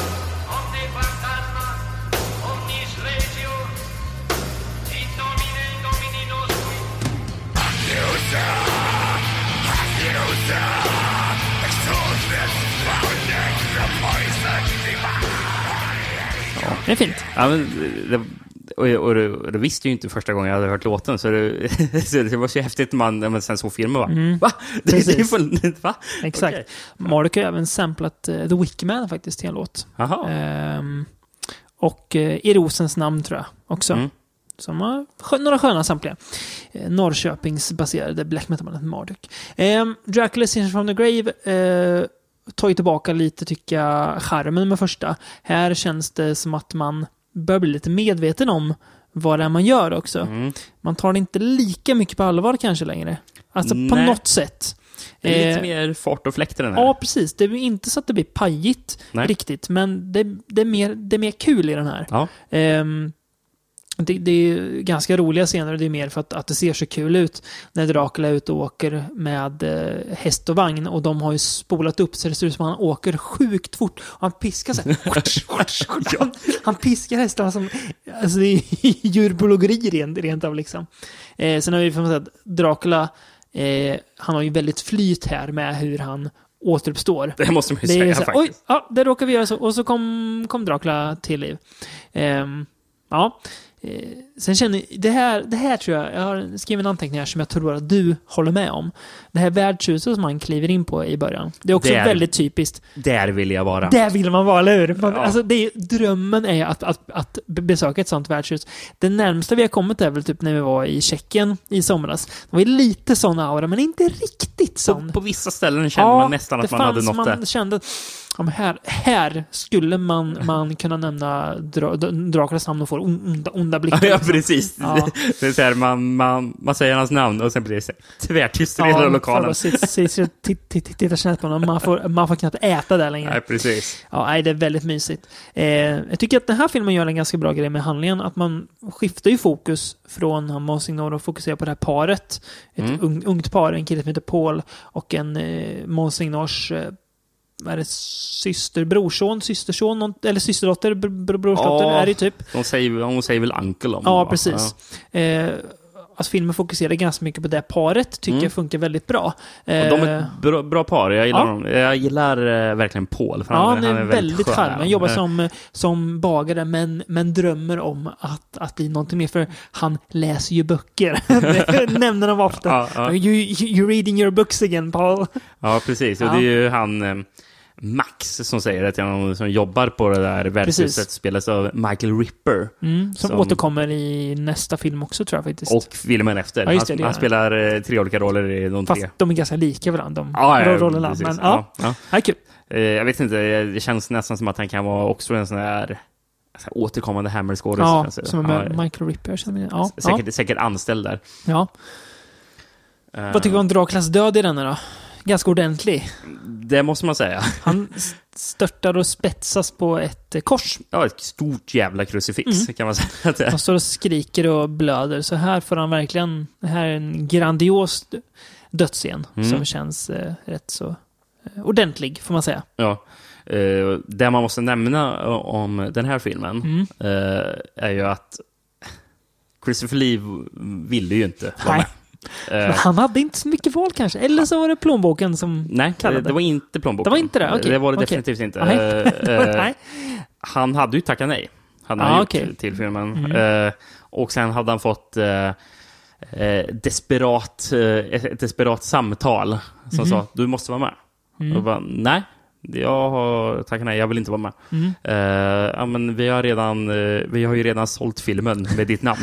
Det är fint. Ja, men det, och, och, det, och det visste ju inte första gången jag hade hört låten, så det, så det var så häftigt när man, när man sen såg filmen. Va? Mm. Va? Det, det är Precis. för, va? Exakt. Okej. Marduk har även samplat uh, The Wickman faktiskt till en låt. Jaha. Ehm, och uh, I Rosens namn tror jag också. Mm. Som har skö- några sköna sampliga. Eh, Norrköpings baserade black metal-bandet Marduk. Eh, Dracula Sins from the Grave eh, tar ju tillbaka lite, tycker jag, charmen med första. Här känns det som att man börjar bli lite medveten om vad det är man gör också. Mm. Man tar det inte lika mycket på allvar kanske längre. Alltså Nej. på något sätt. Det är lite eh, mer fart och fläkt i den här. Ja, precis. Det är inte så att det blir pajigt Nej. riktigt, men det, det, är mer, det är mer kul i den här. Ja. Um, det, det är ganska roliga scener och det är mer för att, att det ser så kul ut när Dracula är ute och åker med eh, häst och vagn och de har ju spolat upp så det ser ut som att han åker sjukt fort och han piskar sig. han, han piskar hästarna som alltså det är djurbiologi rent, rent av liksom. Eh, sen har vi för att säga att Dracula eh, han har ju väldigt flyt här med hur han återuppstår. Det måste man ju säga så, faktiskt. Oj, ja, det råkar vi göra så. Och så kom, kom Dracula till liv. Eh, ja. Eh, sen känner det här, det här tror jag, jag har skrivit en anteckning här som jag tror att du håller med om. Det här värdshuset som man kliver in på i början. Det är också där, väldigt typiskt. Där vill jag vara. Där vill man vara, eller hur? Man, ja. Alltså, det är, drömmen är att, att, att besöka ett sånt värdshus. Det närmsta vi har kommit är väl typ när vi var i Tjeckien i somras. Det var lite sån aura, men inte riktigt sån. På, på vissa ställen kände ja, man nästan att man hade nått det. Man kände ja, här, här skulle man, man kunna nämna Dra, Draculas namn och få onda, onda blickar. Ja, precis. Ja. Det är så här, man, man, man säger hans namn och sen blir det tvärtyst i hela ja, lokalen. Titta snett på honom. Man får, man får knappt äta där längre. Nej, precis. Ja, nej, det är väldigt mysigt. Eh, jag tycker att den här filmen gör en ganska bra grej med handlingen. Att man skiftar ju fokus från Monsignor och fokuserar på det här paret. Ett mm. un, ungt par, en kille som heter Paul och en eh, Monsignors eh, är det syster, brorson, systerson någon, eller systerdotter, br, br, brorsdotter ja, är det typ. Hon säger, hon säger väl uncle om. Ja, precis. Ja. Eh, att filmen fokuserar ganska mycket på det paret tycker mm. jag funkar väldigt bra. Eh, och de är ett bra, bra par. Jag gillar, ja. dem. Jag gillar eh, verkligen Paul. För ja, han, han är, han är väldigt skön. charmig. Han jobbar som, som bagare men, men drömmer om att, att bli någonting mer för han läser ju böcker. Det nämner de ofta. Ja, ja. You, you're reading your books again, Paul. Ja, precis. Och ja. det är ju han... Eh, Max som säger att jag som jobbar på det där värdshuset spelas av Michael Ripper. Mm, som, som återkommer i nästa film också tror jag faktiskt. Och filmen efter. Ja, det, han, han spelar eh, tre olika roller i de Fast tre. de är ganska lika varandra, de ja, ja, rollerna. Men, ja, ja. Ja. Ja, kul. Eh, jag vet inte, det känns nästan som att han kan vara också en sån här alltså, återkommande Hammer-skådis. Ja, alltså. som med ja, Michael Ripper. Ja, säkert, ja. säkert anställd där. Ja. Uh, Vad tycker du om Draculas död i den då? Ganska ordentlig. Det måste man säga. Han störtar och spetsas på ett kors. Ja, ett stort jävla krucifix mm. kan man säga. Han står och skriker och blöder. Så här får han verkligen... Det här är en grandios dödsscen mm. som känns eh, rätt så eh, ordentlig, får man säga. Ja. Eh, det man måste nämna om den här filmen mm. eh, är ju att Christopher Lee ville ju inte vara med. Uh, han hade inte så mycket val kanske. Eller så var det plånboken som nej, kallade. Det var inte plånboken. Det var inte det? Okay. Det var det okay. definitivt inte. Uh, uh, han hade ju tackat nej. Han hade ah, gjort okay. till filmen. Mm. Uh, och sen hade han fått uh, uh, desperat, uh, ett desperat samtal som mm. sa, du måste vara med. Mm. Och bara, nej. Jag har tackat nej, jag vill inte vara med. Mm. Uh, ja, men vi har redan uh, vi har ju redan sålt filmen med ditt namn.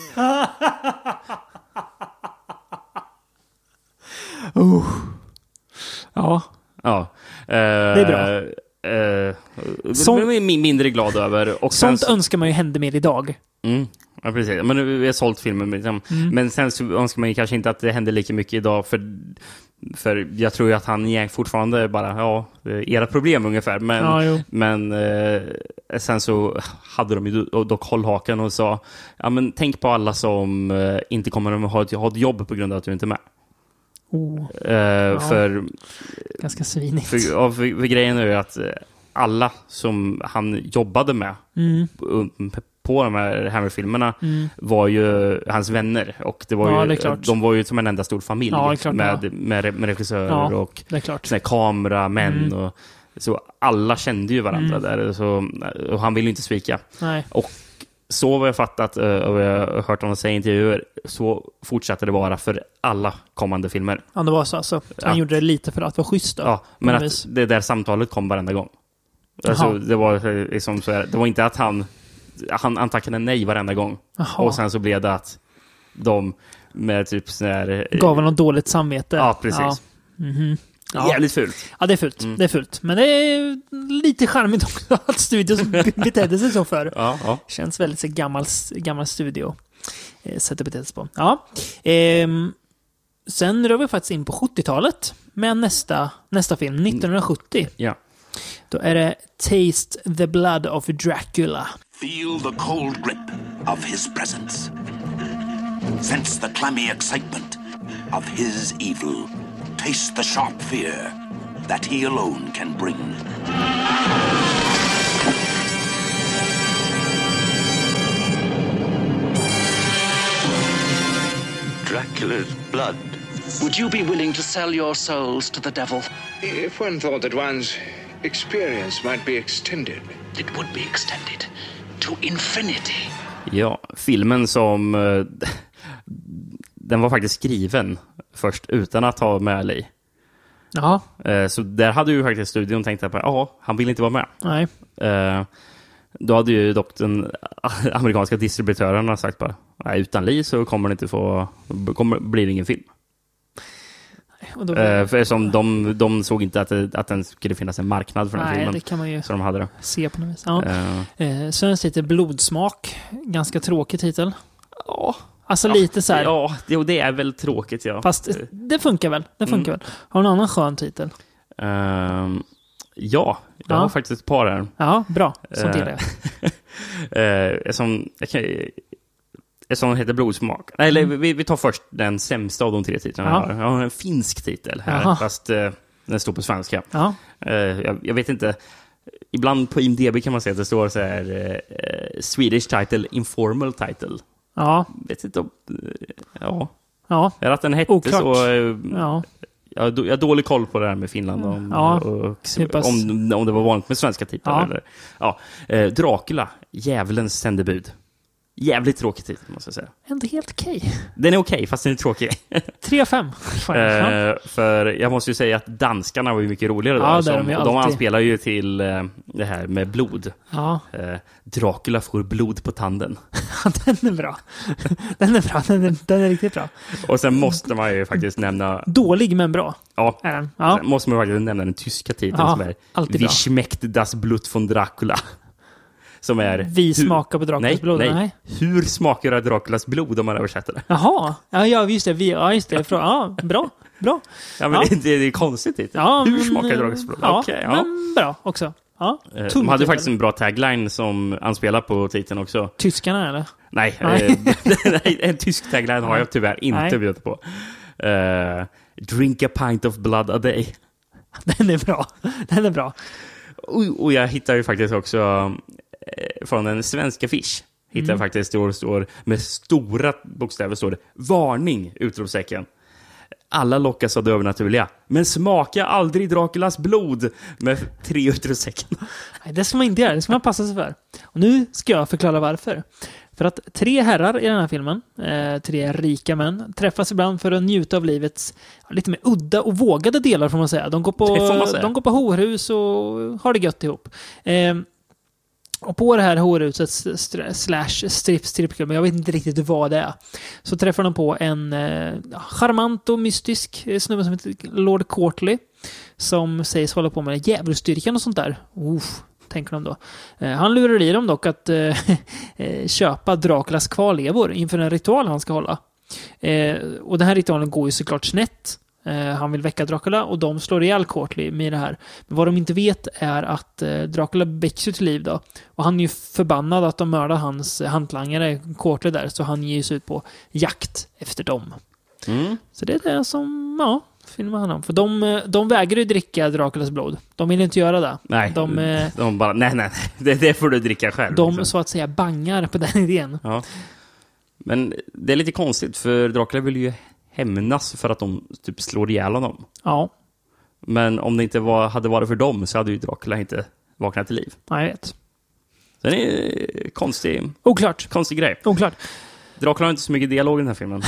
Oh. Ja. Ja. Uh, det är bra. Uh, Sånt, är mindre glad över. Och sånt sen, önskar man ju hände mer idag. Mm, ja, precis. Men nu har vi sålt filmen. Liksom. Mm. Men sen så önskar man ju kanske inte att det händer lika mycket idag. För, för jag tror ju att han är fortfarande bara, ja, era problem ungefär. Men, ja, men uh, sen så hade de ju dock hållhaken och sa, ja men tänk på alla som uh, inte kommer att ha ett, ha ett jobb på grund av att du inte är med. Oh. Uh, ja. För ganska svinigt. För, för, för, för grejen är ju att alla som han jobbade med mm. på, på de här Hammer-filmerna mm. var ju hans vänner och det var ja, ju, det de var ju som en enda stor familj ja, klart, med, ja. med, med regissörer ja, och såna kameramän mm. och så alla kände ju varandra mm. där så, och han ville ju inte svika. Nej. Och så har jag fattat och jag har hört honom säga i intervjuer så fortsatte det vara för alla kommande filmer. Ja, det var så alltså. Han att, gjorde det lite för att vara schysst då. Ja, men att vis. Det där samtalet kom varenda gång. Alltså, det var liksom så här, det var inte att han han, han tackade nej varenda gång. Aha. Och sen så blev det att de med typ så här gav honom dåligt samvete. Ja, precis. Ja. Mm-hmm. Ja. Jävligt fult. Ja, det är fult. Mm. Det är fult. Men det är lite charmigt också att studion betedde sig så för. Ja, ja. Känns väldigt så gammal, gammal studio. Eh, sätt att bete sig på. Ja. Ehm, sen rör vi faktiskt in på sjuttiotalet med nästa, nästa film, nittonhundrasjuttio. Ja. Då är det Taste the Blood of Dracula. Feel the cold grip of his presence. Sense the clammy excitement of his evil. Taste the sharp fear that he alone can bring. Dracula's blood. Would you be willing to sell your souls to the devil? If one thought that one's experience might be extended. It would be extended to infinity. Ja, filmen som... den var faktiskt skriven först utan att ha med Ali. Ja. Så där hade ju faktiskt studion tänkt att ja, han vill inte vara med. Nej. Då hade ju dock den amerikanska distributörerna sagt bara, nej, utan Lee så kommer det inte få, kommer, blir det ingen film. Och då... För som de, de såg inte att det, att den skulle finnas en marknad för den nej, filmen. Det kan man ju så de hade det. Se på något vis. Ja. Uh... Eh, Svensk titel Blodsmak. Ganska tråkig titel. Ja. Alltså ja, lite så här. Ja, det, det är väl tråkigt, ja. Fast det funkar väl. Det funkar mm. väl. Har du någon annan skön titel? Uh, ja, jag ja. har faktiskt ett par här. Ja, bra. Sånt uh, gillar jag. uh, som, jag kan, som heter Blodsmak. Nej, mm. eller, vi, vi tar först den sämsta av de tre titlarna. Ja. Jag har en finsk titel här, Aha. fast uh, den står på svenska. Ja. Uh, jag, jag vet inte... Ibland på I M D B kan man se att det står så här uh, Swedish title, informal title. Ja. Vet inte om... Ja. Ja. Jag att den hette Oklart. så... Ja. Jag, jag har dålig koll på det här med Finland. Om, ja, och, om, om det var vanligt med svenska titlar. Ja. Eller, ja. Eh, Dracula, djävulens sändebud. Jävligt tråkig titel, måste jag säga. Ändå helt okej. Okay. Den är okej, okay, fast den är tråkig. tre av fem. eh, för jag måste ju säga att danskarna var ju mycket roligare. Ja, då, som, de, och de anspelar ju till eh, det här med blod. Ja. Eh, Dracula får blod på tanden. Den är bra. Den är bra. Den är, den är riktigt bra. Och sen måste man ju faktiskt nämna... Dålig men bra. Ja. Är den? Ja. Sen måste man faktiskt nämna den tyska titeln ja, som är Vi schmeckt das Blut von Dracula. Som är... Vi smakar på Draculas nej, blod. Nej, nej. Hur smakar det Draculas blod om man översätter det? Jaha. Ja, ja just det. Vi, ja, just det. Ja, bra. Bra. Ja, men ja. Det, det är konstigt titel. Ja, hur smakar Draculas blod? Ja, okay, ja. Men bra också. Ja. De hade faktiskt en bra tagline som anspelar på titeln också. Tyskarna, eller? Nej, nej. nej en tysk tagline har jag tyvärr inte bjudit på. Uh, drink a pint of blood a day. Den är bra. Den är bra. Och, och jag hittar ju faktiskt också eh, från en svensk affisch hittar mm. jag faktiskt står, står med stora bokstäver står det varning, utropstecken. Alla lockas av det övernaturliga, men smaka aldrig Draculas blod med tre utropstecken. Nej, det ska man inte göra, det ska man passa sig för. Och nu ska jag förklara varför. För att tre herrar i den här filmen, eh, tre rika män, träffas ibland för att njuta av livets ja, lite mer udda och vågade delar får man säga. De går på, de går på horhus och har det gött ihop. Eh, och på det här horhuset slash strip, stripklubb, jag vet inte riktigt vad det är, så träffar de på en eh, charmant och mystisk snubbe som heter Lord Courtley som sägs hålla på med djävulsstyrkan och sånt där. Uff. Tänker de då. Eh, han lurar i dem dock att eh, köpa Draculas kvarlevor inför en ritual han ska hålla. Eh, och den här ritualen går ju såklart snett. Eh, han vill väcka Dracula och de slår ihjäl Courtley med det här. Men vad de inte vet är att eh, Dracula väcks till liv då. Och han är ju förbannad att de mördar hans hantlangare Courtley där. Så han ger sig ut på jakt efter dem. Mm. Så det är det som, ja... filmar han om. För de, de vägrar ju dricka Draculas blod. De vill inte göra det. Nej, de, de bara, nej, nej, det, det får du dricka själv. De liksom. så att säga bangar på den idén. Ja. Men det är lite konstigt, för Dracula vill ju hämnas för att de typ slår ihjäl honom. Ja. Men om det inte var, hade varit för dem så hade ju Dracula inte vaknat till liv. Nej, jag vet. Den är konstig. Oklart. Konstig grej. Oklart. Dracula har inte så mycket dialog i den här filmen.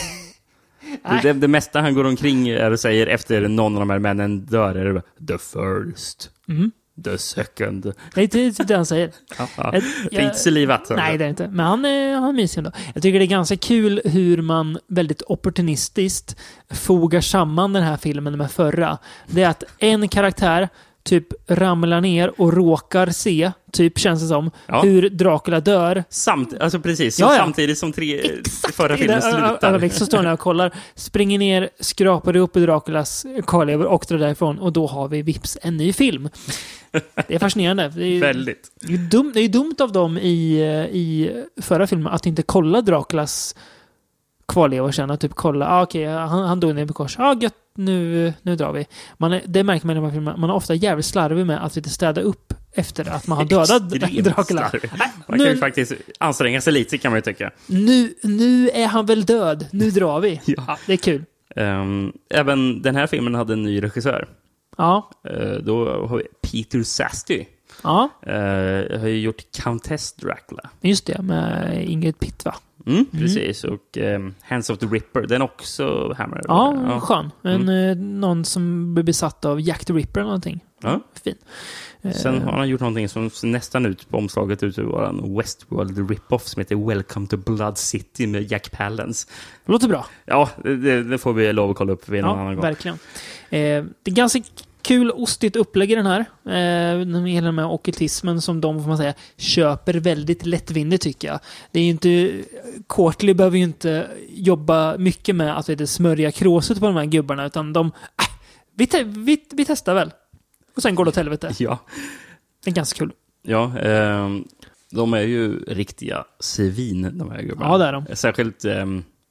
Det, det, det mesta han går omkring är och säger efter någon av de här männen dör är det the first. Mm. The second. Nej, det är inte det han säger. Ja, ja. Jag, det är inte så livat. Nej, det är inte. Men han är, han är mysig ändå. Jag tycker det är ganska kul hur man väldigt opportunistiskt fogar samman den här filmen med förra. Det är att en karaktär typ ramlar ner och råkar se, typ känns det som, ja. hur Dracula dör. Samt, alltså precis, ja, ja. Samtidigt som tre, förra filmen slutar. Så står han och kollar, springer ner, skrapar upp i Draculas kvarlevor och drar därifrån. Och då har vi vips en ny film. Det är fascinerande. Det är, väldigt. Det är, dum, det är dumt av dem i, i förra filmen att inte kolla Draculas kvarlevor sen och typ kolla, ah, okej, okay, han, han dog ner på kors. Ja, ah, gött, nu, nu drar vi. Man är, det märker man i de här filmerna. Man är ofta jävligt slarvig med att inte städa upp efter att man har dödat Dracula. Man kan ju faktiskt anstränga sig lite, kan man ju tycka. Nu, nu är han väl död. Nu drar vi. Ja, ja det är kul. Um, även den här filmen hade en ny regissör. Ja. Uh, då har vi Peter Safdie. Ja. Uh, har ju gjort Countess Dracula. Just det, med Ingrid Pitt, va? Mm, precis. Mm. Och um, Hands of the Ripper, den också Hammer. Ja, ja. Skön. En, mm. Någon som blir besatt av Jack the Ripper eller någonting. Ja. Fin. Sen har han gjort någonting som nästan ut på omslaget ut ur våran Westworld rip-off som heter Welcome to Blood City med Jack Palance. Det låter bra. Ja, det, det får vi lov att kolla upp vid någon ja, annan gång. Verkligen. Eh, det är ganska kul ostigt upplägg i den här. Eh, hela den här ockultismen som de, får man säga, köper väldigt lättvindigt, tycker jag. Det är ju inte... Courtley behöver ju inte jobba mycket med att vet du, smörja kråset på de här gubbarna, utan de... Äh, vi, te- vi, vi testar väl. Och sen går det åt helvete. Ja. Det är ganska kul. Ja, eh, de är ju riktiga svin, de här gubbarna. Ja, det är de. Särskilt eh,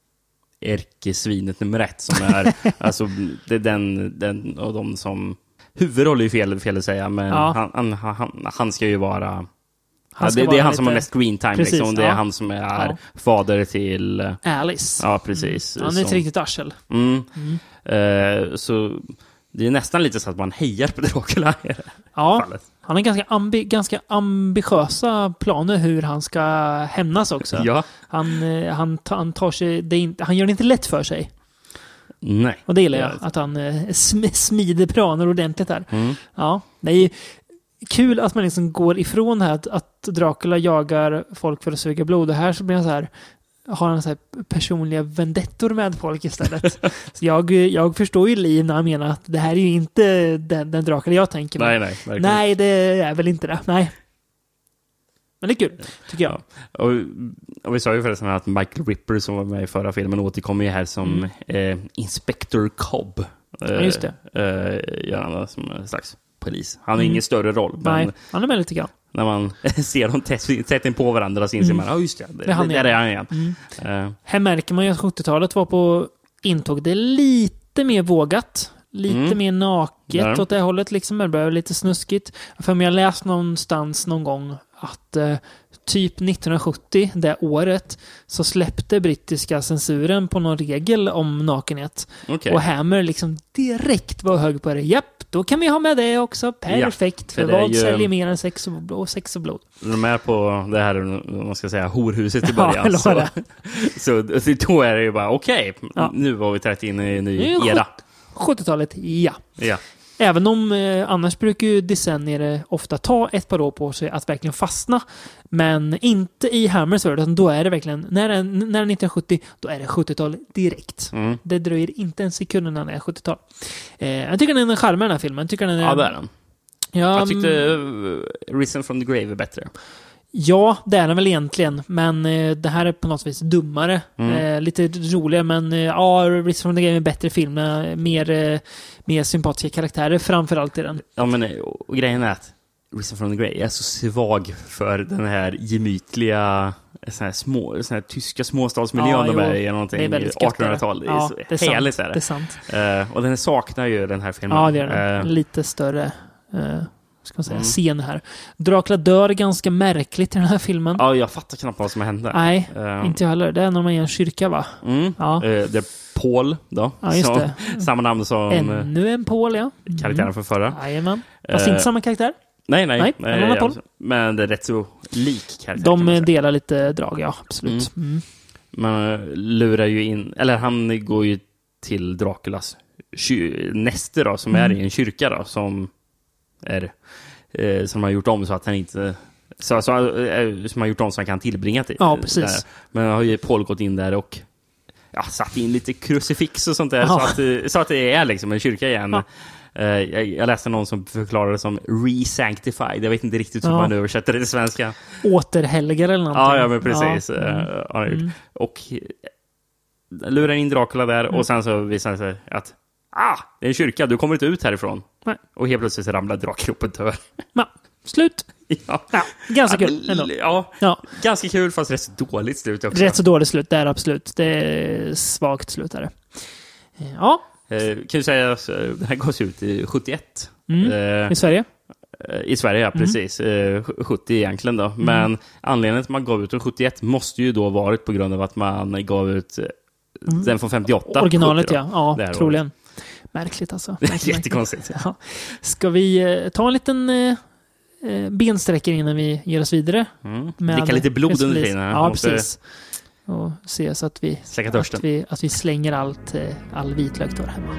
ärkesvinet nummer ett som är... alltså, det är den, den och de som... Huvudroll är ju fel, fel att säga, men ja. han, han, han, han ska ju vara... Ja, det, det är han lite... som har mest screen time. Precis, liksom. Det är ja. han som är ja. fader till... Alice. Ja, precis. Mm. Han är ett riktigt arsel. Mm. Mm. Eh, så... Det är nästan lite så att man hejar på Dracula. Ja, fallet. Han har ganska, ambi- ganska ambitiösa planer hur han ska hämnas också. Ja. Han, han, han, tar sig, det inte, han gör det inte lätt för sig. Nej. Och det gillar jag, att han sm- smider planer ordentligt där. Mm. Ja, det är kul att man liksom går ifrån det här att, att Dracula jagar folk för att suga blod. Och här så blir han så här... har han så här personliga vendettor med folk istället. Så jag, jag förstår ju Liv när han menar att det här är ju inte den, den Dracula jag tänker på. Nej, nej. Verkligen. Nej, det är väl inte det. Nej. Men det är kul, tycker jag. Ja. Och, och vi sa ju förresten att Michael Ripper som var med i förra filmen återkommer ju här som mm. eh, Inspector Cobb. Eh, ja, just det. Eh, gör han som en slags polis. Han har mm. ingen större roll. Nej, men han är med lite grann. När man ser dem tätt in på varandra så inser mm. man, ja just det, det, det, han det, det är han igen. Mm. Uh. Här märker man ju att sjuttiotalet var på intåg. Det är lite mer vågat. Lite mm. mer naket ja. åt det hållet. Liksom. Det börjar lite snuskigt. För mig har läst någonstans någon gång att uh, typ nittonhundrasjuttio, det året, så släppte brittiska censuren på någon regel om nakenhet. Okay. Och Hammer liksom direkt var hög på det. Japp, då kan vi ha med det också. Perfekt. Ja, för, för vad ju... säljer mer än sex och blod? Sex och blod. De är på det här, man ska säga, horhuset i början. Ja, så, så, så då är det ju bara, okej, okay, ja. nu har vi trätt in i en ny era. sjuttiotalet, ja. Ja. Även om eh, annars brukar ju decennier ofta ta ett par år på sig att verkligen fastna. Men inte i Hammers värld, utan då är det verkligen, när det, när det är nittonhundrasjuttio, då är det sjuttiotal direkt. Mm. Det dröjer inte en sekund när det är sjuttiotal. Eh, jag tycker den är charmig, den här filmen. Jag tycker den är, ja, det är den. Ja, jag tyckte uh, Risen from the Grave är bättre. Ja, det är den väl egentligen. Men eh, det här är på något vis dummare. Mm. Eh, lite roligare, men eh, ja, Risen from the Grave är en bättre film. Mer, eh, mer sympatiska karaktärer, framförallt i den. Ja, men och, och grejen är att Risen from the Grave är så svag för den här gemytliga sån här små, sån här tyska småstadsmiljön ja, de är i någonting artonhundratal. Det är ja, så det är härligt. Sant, är det. det är sant. Uh, och den saknar ju den här filmen. Ja, det är den. Uh, lite större... Uh, ska man säga, mm. scen här. Dracula dör ganska märkligt i den här filmen. Ja, jag fattar knappt vad som hände. Nej, uh, inte jag heller. Det är när man är i en kyrka, va? Mm. Ja. Uh, det är Paul då. Ja, just så, det. Samma namn som... Ännu en Paul, ja. Mm. Karaktären från förra. Jajamän. Fast uh, inte samma karaktär. Nej, nej. nej, nej nej ja, men det är rätt så lik karaktär. De delar lite drag, ja. Absolut. Mm. Mm. Man lurar ju in... Eller han går ju till Draculas näste då, som mm. är i en kyrka då, som är eh, som har gjort om så att han inte så, så, eh, som har gjort om så han kan tillbringa tid. Ja, precis. Där. Men har ju Paul gått in där och ja, satt in lite krucifix och sånt där så att, så att det är liksom en kyrka igen. Ja. Uh, jag, jag läste någon som förklarade det som re-sanctified. Jag vet inte riktigt hur ja. man översätter det till svenska. Återhelgar eller någonting. Ja, ja men precis. Ja. Uh, har mm. Och lurar in Dracula där mm. och sen så visar det sig att ah, det är en kyrka, du kommer inte ut härifrån. Nej. Och helt plötsligt ramlar Dracula upp och dör. Ja, slut. Ja. Ja, ganska kul ändå. Ja, ja, ganska kul fast rätt så dåligt slut också. Rätt så dåligt slut, det är absolut. Det är svagt slut där. Ja. Eh, kan du säga att det här gås ut i sjuttioett. Mm. Eh, I Sverige? Eh, I Sverige, ja, precis. Mm. Eh, sjuttio egentligen då. Mm. Men anledningen till att man gav ut den sjuttioett måste ju då varit på grund av att man gav ut mm. den från femtioåtta. Originalet, ja. Ja, det troligen. Året. Märkligt alltså. Märkligt. Jättekonstigt. Ja. Ska vi eh, ta en liten eh, bensträckare innan vi ger oss vidare? Mm. Dricka lite blod under tiden. Ja, måste... precis. Och se så att vi, att vi, att vi slänger allt, all vitlök där hemma.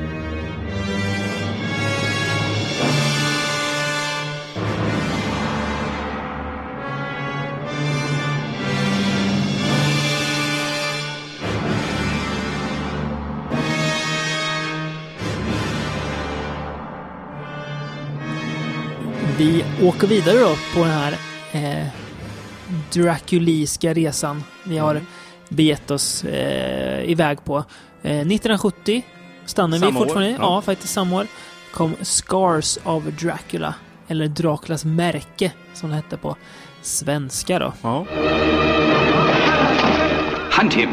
Vi åker vidare då på den här eh, draculiska resan vi har mm. begett oss eh, iväg på. Eh, nittonhundrasjuttio stannar vi fortfarande. Ja. ja, faktiskt samma år. Kom Scars of Dracula. Eller Draculas märke som det hette på svenska då. Ja. Hunt him.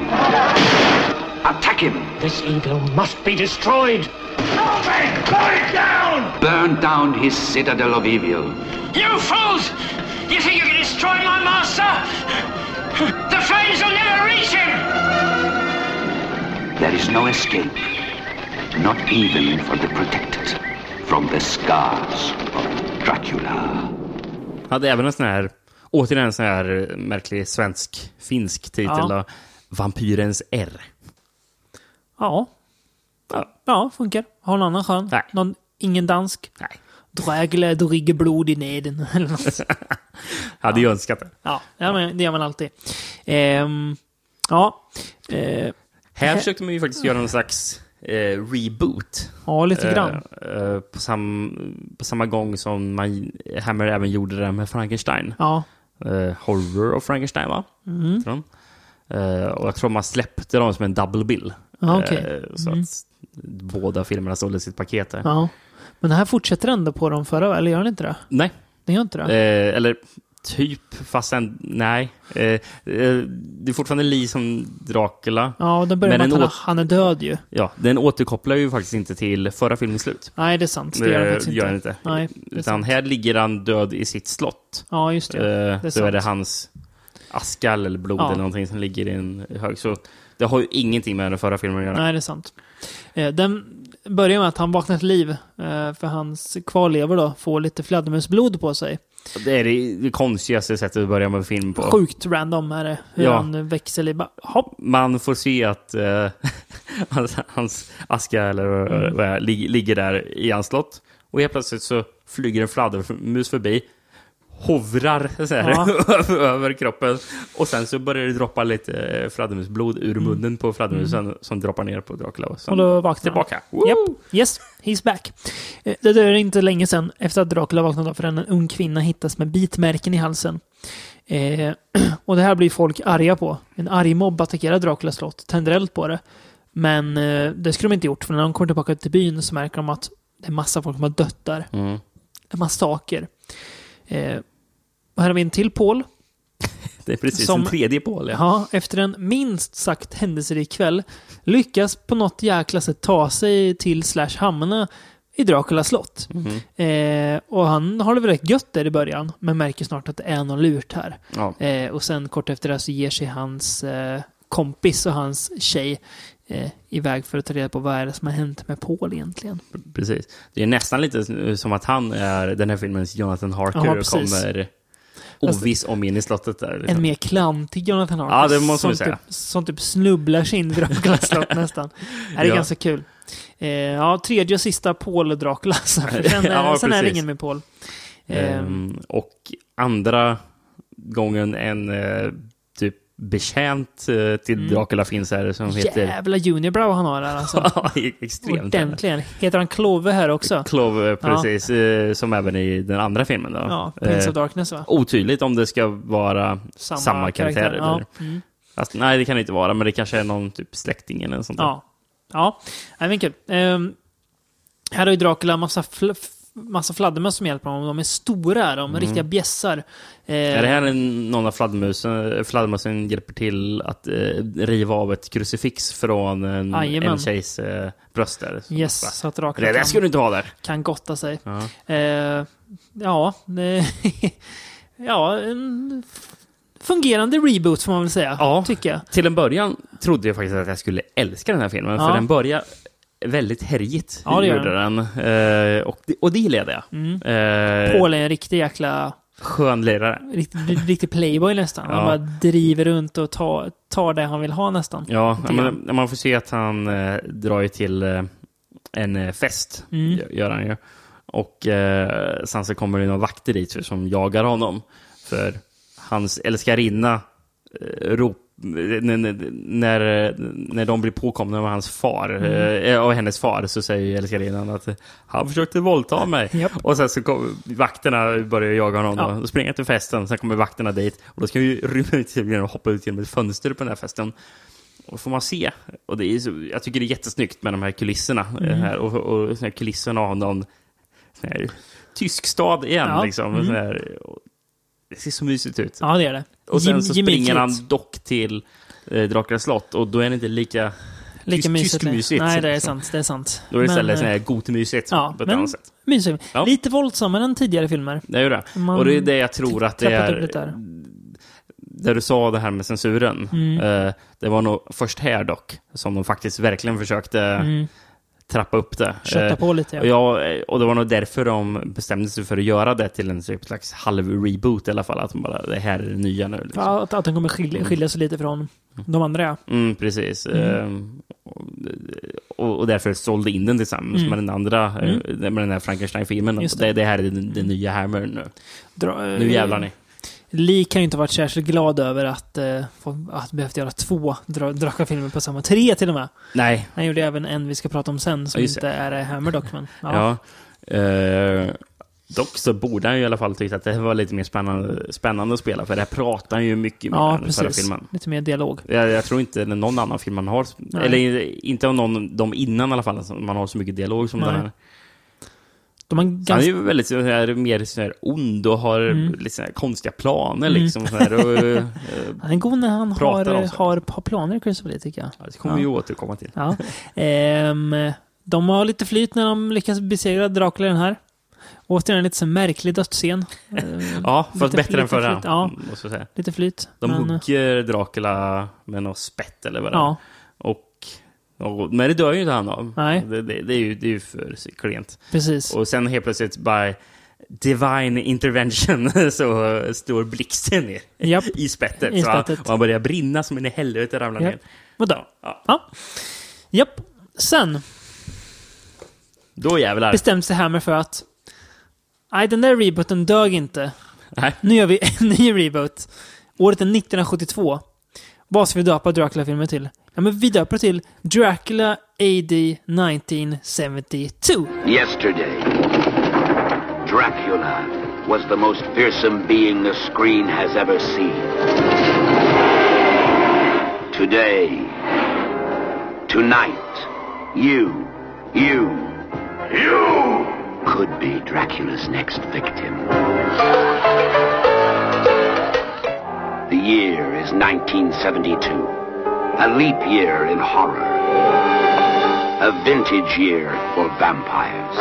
Attack him. This evil must be destroyed. Burn it down! Burn down his citadel of evil. You fools! You think you can destroy my master? The flames will never reach him! There is no escape, not even for the protected, from the scars of Dracula. Hade även en sån här, återigen en sån här märklig svensk-finsk titel ja. då, Vampyrens R. Ja. Ja, ja funkar. Har någon annan skön? Nej. Någon, ingen dansk? Nej. Dracula, du rigger blod i neden. Eller något. Hade ju önskat det. Ja, ja men det gör man alltid. Ehm, ja. Ehm, här försökte man ju faktiskt göra någon slags eh, reboot. Ja, lite grann. Eh, eh, på, sam, på samma gång som man, Hammer även gjorde det med Frankenstein. Ja. Eh, Horror of Frankenstein, va? Mm. Eh, och jag tror man släppte dem som en double bill. Ja, okay. eh, så mm. att båda filmerna sålde sitt paket där. Ja. Men det här fortsätter ändå på de förra, eller gör den inte det? Nej. Det gör inte det? Eh, eller typ, fast en, nej. Eh, eh, det är fortfarande Lee som Dracula. Ja, den börjar med att han, åt... han är död ju. Ja, den återkopplar ju faktiskt inte till förra filmens slut. Nej, det är sant. Det gör den faktiskt gör inte. inte. Nej, utan sant. Här ligger han död i sitt slott. Ja, just det. Eh, det är då sant. är det hans aska eller blod ja. eller någonting som ligger i en hög. Så det har ju ingenting med den förra filmen att göra. Nej, det är sant. Eh, den börjar med att han vaknar till liv. Eh, för hans kvarlever då får lite fladdermusblod på sig. Det är det, det konstigaste sättet att börja med film på. Sjukt random är det. Hur ja. han växer i... Hopp. Man får se att eh, hans, hans aska eller mm. vad är, lig, ligger där i hans slott. Och helt plötsligt så flyger en fladdermus förbi. Hovrar så här, ja. över kroppen. Och sen så börjar det droppa lite fladdermusblod ur mm. munnen på fladdermusen mm. som droppar ner på Dracula. Och, och då vaknar tillbaka. Yep. Yes, he's back. Det är inte länge sedan efter att Dracula vaknade för en ung kvinna hittas med bitmärken i halsen. Eh, och det här blir folk arga på. En arg mobb attackerar Draculas slott, tänder eld på det. Men eh, det skulle de inte gjort, för när de kommer tillbaka till byn så märker de att det är massa folk som har dött där. Mm. En massaker. Eh, och här har vi en till Paul. Det är precis som, en tredje Paul. Ja. ja, efter en minst sagt händelserik kväll lyckas på något jäkla sätt ta sig till slash hamna i Draculas slott. Mm. Eh, och han har det väl rätt gött där i början, men märker snart att det är någon lurt här. Ja. Eh, och sen kort efter det så ger sig hans eh, kompis och hans tjej eh, iväg för att ta reda på vad är det som har hänt med Paul egentligen. Precis. Det är nästan lite som att han är den här filmens Jonathan Harker ja, och kommer oviss om in i slottet där. Liksom. En mer klantig Jonathan Harker. Ja, det måste man säga. Typ, som typ snubblar sig in i Draculas slott nästan. Det är ja. ganska kul. Eh, ja, tredje och sista Paul Dracula. Sen, ja, sen är det ingen med Paul. Um, och andra gången en uh, typ betjänt uh, till mm. Dracula finns här som heter... Jävla Unibrow han har där alltså. Extremt. Ordentligen. Heter han Clove här också? Clove, precis. Ja. Uh, som även i den andra filmen då. Ja, Prince uh, of Darkness va? Otydligt om det ska vara samma, samma karaktär. karaktär. Ja. Mm. Alltså, nej, det kan det inte vara, men det kanske är någon typ släkting eller något sånt där. Ja, ja. Nej, men kul. Um, här har ju Dracula massa fl- massa fladdermöss som hjälper honom. De är stora, de är mm. riktiga bjässar. Eh, är det här en, någon av fladdermössen, fladdermössen hjälper till att eh, riva av ett krucifix från en, en tjejs eh, bröst där? Yes, så, så att Dracula det, det ska du inte ha där. Kan gotta sig. Uh-huh. Eh, ja, det, ja, en fungerande reboot får man väl säga, ja, tycker jag. Till en början trodde jag faktiskt att jag skulle älska den här filmen, ja. För den börjar väldigt härligt. Ja, det gör den. Uh, och, det, och det gillade jag. Mm. Uh, Paul är en riktig jäkla... skönlirare. Riktig, riktig playboy nästan. Ja. Han bara driver runt och tar, tar det han vill ha nästan. Ja, men, man får se att han uh, drar ju till uh, en uh, fest. Mm. Gör han ju. Och uh, sen så kommer det några vakter dit som jagar honom. För hans älskarinna uh, rop När, när, när de blir påkomna med hans far mm. och hennes far, så säger älskarinnan att han försökte våldta mig. Yep. Och sen så kommer vakterna börjar jaga honom. Ja. Då springer till festen, sen kommer vakterna dit och då ska vi rymma ut och hoppa ut genom ett fönster på den här festen. Och får man se. Och det är så, jag tycker det är jättesnyggt med de här kulisserna mm. här, och, och så här kulisserna av någon sån här tysk stad igen, ja. liksom. Mm. Så här, och det ser så mysigt ut. Ja, det är det. Och sen så springer han dock till eh, Draculas slott, och då är det inte lika lika mysigt. mysigt. Nej, det är sant, det är sant. Då är det istället sån här gotemysigt, ja, på ett annat sätt. Mysigt. Ja. Lite våldsammare än tidigare filmer. Det är ju det. Man och det är det jag tror att det är. Där. där du sa det här med censuren. Mm. Eh, det var nog först här dock som de faktiskt verkligen försökte mm. trappa upp det. Kötta på lite, ja. Och, jag, och det var nog därför de bestämde sig för att göra det till en slags halv-reboot i alla fall. Att de bara, det här är det nya nu. Liksom. Ja, att, att den kommer skilja, skilja sig lite från de andra, ja. Mm, precis. Mm. Ehm, och, och därför sålde in den tillsammans mm. med den andra, mm. med den här Frankenstein-filmen. Det. Det, det här är den, den nya Hammer nu. Dra, nu jävlar ni. Lee kan ju inte varit särskilt glad över att, uh, få, att behövt göra två Dracula-filmer på samma. Tre till och med. Nej. Han gjorde även en vi ska prata om sen som inte är Hammer dock. Men, ja. ja uh, dock så borde han ju i alla fall tycka att det var lite mer spännande, spännande att spela. För det här pratar han ju mycket med ja, den förra filmen. Lite mer dialog. Jag, jag tror inte någon annan film man har. Nej. Eller inte av någon de innan i alla fall. Man har så mycket dialog som den här. De har ganska... Han är ju väldigt så här, mer så här ond och har mm. lite så här konstiga planer liksom, så här, och, uh, han är god när han har, har, har planer, Christopher Lee, tycker jag. Ja, det kommer ja. vi återkomma till. Ja. ehm, de har lite flyt när de lyckas besegra Dracula den här. Återigen en lite så märklig dödsscen. Ja, fast bättre än förra. Ja, måste jag säga. Lite flyt. De men... hugger Dracula med något spett eller vad det ja. Och men det dör ju inte han av. Nej. Det, det, det, är ju, det är ju för klent. Precis. Och sen helt plötsligt by divine intervention så står blixten ner Japp. i spettet. I så, spettet. och han börjar brinna som en i helvete ramlar Japp. ner. Och då? Ja. ja. Japp. Sen då jävlar bestämde sig Hammer för att nej, den där rebooten dög inte. Nej. Nu gör vi en ny reboot. Året är nittonhundrasjuttiotvå. Vad ska vi döpa Dracula-filmen till? Ja, men vi döper till Dracula A D nineteen seventy-two. Yesterday, Dracula was the most fearsome being the screen has ever seen. Today, tonight, you, you, you could be Dracula's next victim. The year is nineteen seventy-two. A leap year in horror. A vintage year for vampires.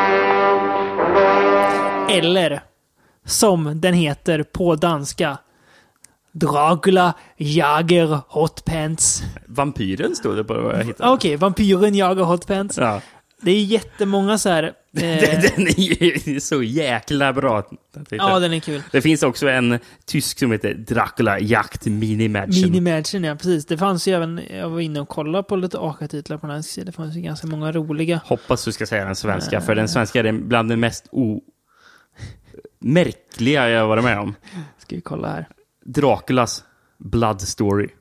Eller, som den heter på danska, Dracula jager hotpants. Vampyren stod det på vad jag hittade. Okej, okay, vampyren jagar hotpants. Ja. Det är jättemånga så här... Eh... den är ju så jäkla bra. Ja, den är kul. Det finns också en tysk som heter Dracula Jakt Mini-Mansion. Mini-Mansion, ja, precis. Det fanns ju även... Jag var inne och kollade på lite A K-titlar på den här sidan. Det fanns ju ganska många roliga. Hoppas du ska säga den svenska, äh... för den svenska är bland den mest o... märkliga jag varit med om. Ska vi kolla här. Draculas Blood Story.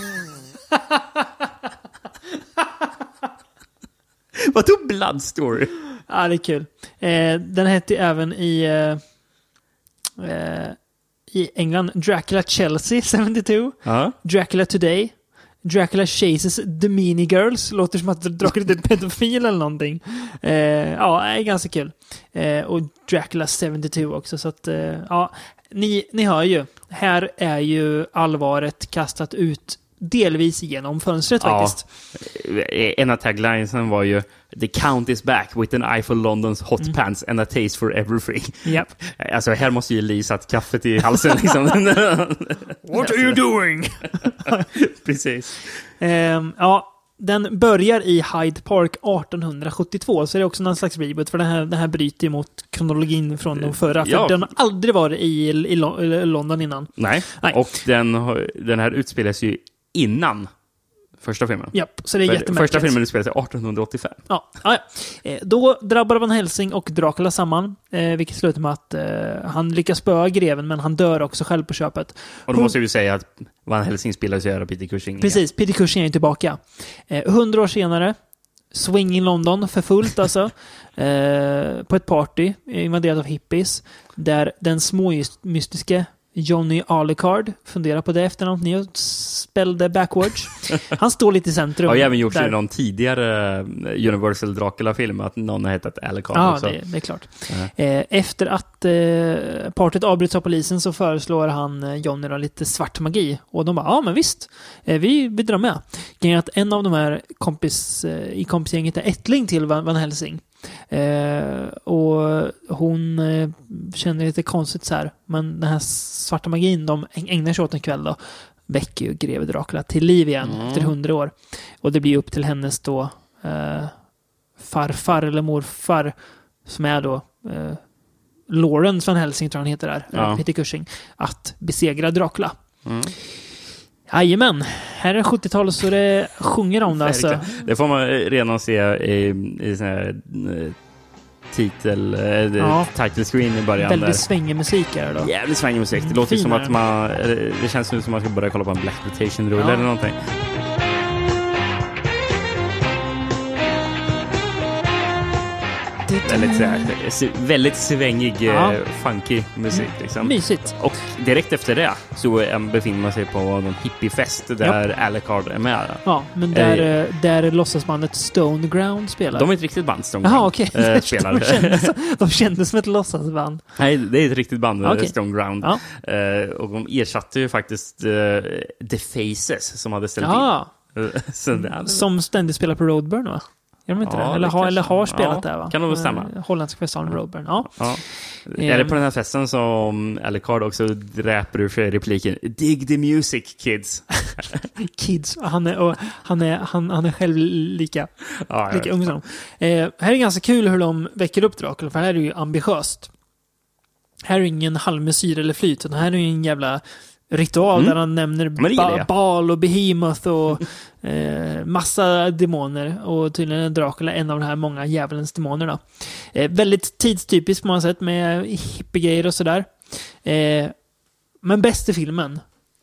Vad tog Blood Story? Ja, det är kul. Eh, den hette även i eh, eh, i England Dracula Chelsea sjuttiotvå. Uh-huh. Dracula Today. Dracula Chases the Meanie Girls. Låter som att Dracula är en pedofil eller någonting. Eh, ja, det är ganska kul. Eh, och Dracula sjuttiotvå också. Så att, eh, ja, ni, ni hör ju. Här är ju allvaret kastat ut delvis genom fönstret ja. faktiskt. En av taglinesen var ju The Count is back with an eye for London's hot mm. pants and a taste for everything. Yep. Alltså här måste ju Lee satt kaffet i halsen liksom. What are you doing? Precis. Um, ja, den börjar i Hyde Park arton sjuttiotvå, så det är också någon slags reboot, för den här, den här bryter emot kronologin från de förra, för ja. den har aldrig varit i, i, i London innan. Nej, Nej. och den, den här utspelas ju innan första filmen. Japp, så det är jättemärkligt. Första filmen utspelar sig arton åttiofem. Ja, ja. Eh, då drabbar Van Helsing och Dracula samman, eh, vilket slutar med att eh, han lyckas spöa greven, men han dör också själv på köpet. Och då måste vi säga att Van Helsing spelar sig av Peter Cushing. Precis, Peter Cushing är tillbaka. Eh, hundra år senare, swing i London för fullt alltså, eh, på ett party invaderat av hippies, där den små mystiske Johnny Alucard, funderar på det efter något ni spellde backwards. Han står lite i centrum. Ja, jag har även gjort där. I någon tidigare Universal Dracula-film att någon har hetat Alucard. Ja, det, det är klart. Uh-huh. Efter att eh, partyt avbryts av polisen så föreslår han Johnny då lite svart magi. Och de bara, ja men visst, vi, vi drar med. Grejen att en av de här kompis, i kompisgänget är ättling till Van, Van Helsing. Eh, och hon eh, känner lite konstigt så här, men den här svarta magin de ägnar sig åt en kväll då, väcker ju greve Dracula till liv igen mm. efter hundra år, och det blir upp till hennes då eh, farfar eller morfar som är då eh, Lawrence Van Helsing tror han heter där, ja. Peter Cushing, att besegra Dracula. Mm. Jajamän, här är sjuttiotalet så det sjunger om det alltså. Det får man redan se i, i sån här uh, titel, uh, ja. title screen i början. Väldigt där. Svängig musik är det då. Jävligt svängig musik. Det låter som att man, det känns som att man ska börja kolla på en Black Exploitation-rulle ja. eller någonting. Väldigt, äh, väldigt svängig, ja. äh, funky musik. Liksom. Mysigt. Och direkt efter det så äh, befinner man sig på någon hippiefest där ja. Alucard är med. Ja, men där, äh, där låtsasbandet Stone Ground spelar. De är ett riktigt band, Stone Ground. Jaha, okej. Okay. Äh, spelar. de, kändes, de kändes som ett låtsasband. Nej, det är ett riktigt band, okay. Stone Ground. Ja. Äh, och de ersatte ju faktiskt äh, The Faces som hade ställt ja. in. så det, som ständigt spelar på Roadburn, va? Gör de inte ja, det? Eller, ha, eller har spelat ja, där, va? Kan det väl stämma? Holländska festivalen Roadburn, ja. ja. Är det på den här festen som Alucard också dräper ur sig repliken Dig the music, kids. Kids, han är, och, han är, han, han är själv lika, ja, lika ung som dem. Eh, här är ganska kul hur de väcker upp Dracula, för här är det ju ambitiöst. Här är ingen halvmesyr eller flyt, utan här är ju en jävla ritual mm. där han nämner ba- Baal och Behemoth och eh, massa demoner, och tydligen är Dracula en av de här många djävulens demoner då. Eh, väldigt tidstypiskt på något sätt med hippiegrejer och sådär. Eh, men bästa filmen,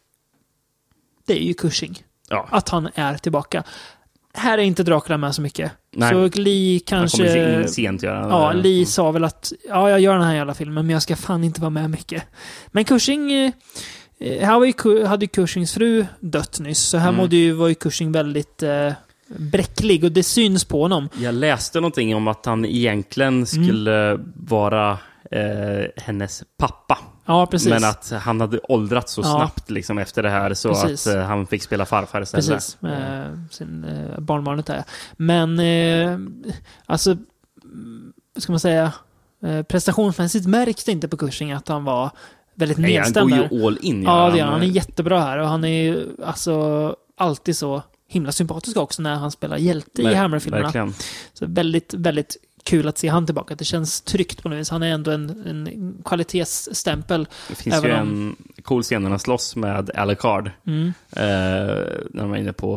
det är ju Cushing. Ja. Att han är tillbaka. Här är inte Dracula med så mycket. Nej. Så Lee kanske... Han kommer in sent göra. Ja, Lee sa väl att ja, jag gör den här jävla filmen, men jag ska fan inte vara med mycket. Men Cushing... Eh, Här var ju, hade ju Cushings fru dött nyss, så här mm. mådde ju, var ju Cushing väldigt eh, bräcklig, och det syns på honom. Jag läste någonting om att han egentligen skulle mm. vara eh, hennes pappa. Ja, precis. Men att han hade åldrats så ja. snabbt liksom, efter det här, så precis. att eh, han fick spela farfar istället. Precis, med mm. sin eh, barnbarnet där. Men eh, alltså, vad ska man säga, eh, prestationsmässigt märks det inte på Cushing att han var väldigt nedstämd. Han går ju all in. Ja, det är, han är jättebra här, och han är alltså alltid så himla sympatisk också när han spelar hjälte i Hammer-filmerna. Verkligen. Så väldigt, väldigt kul att se han tillbaka. Det känns tryggt på något vis. Han är ändå en, en kvalitetsstämpel. Det finns ju en om... cool scen när han slåss med Alucard. Mm. Eh, när de var inne på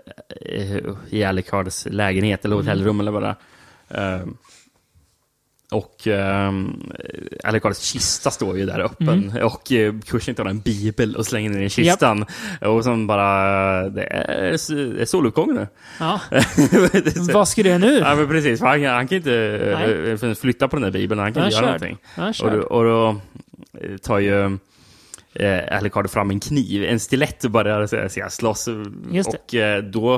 eh, i Alucards lägenhet eller hotellrum mm. eller bara. Eh, och eh, Alucards kista står ju där öppen. Mm. Och eh, Cushing tar en bibel och slänger ner i kistan. Yep. Och som bara, det är, det är soluppgång nu. Ja. Vad ska det nu? Ja, men precis. Han, han kan inte Nej. flytta på den där bibeln. Han kan inte göra någonting. Och då, och då tar ju eh, Alucard fram en kniv, en stilett och börjar säga, säga slåss. Och eh, då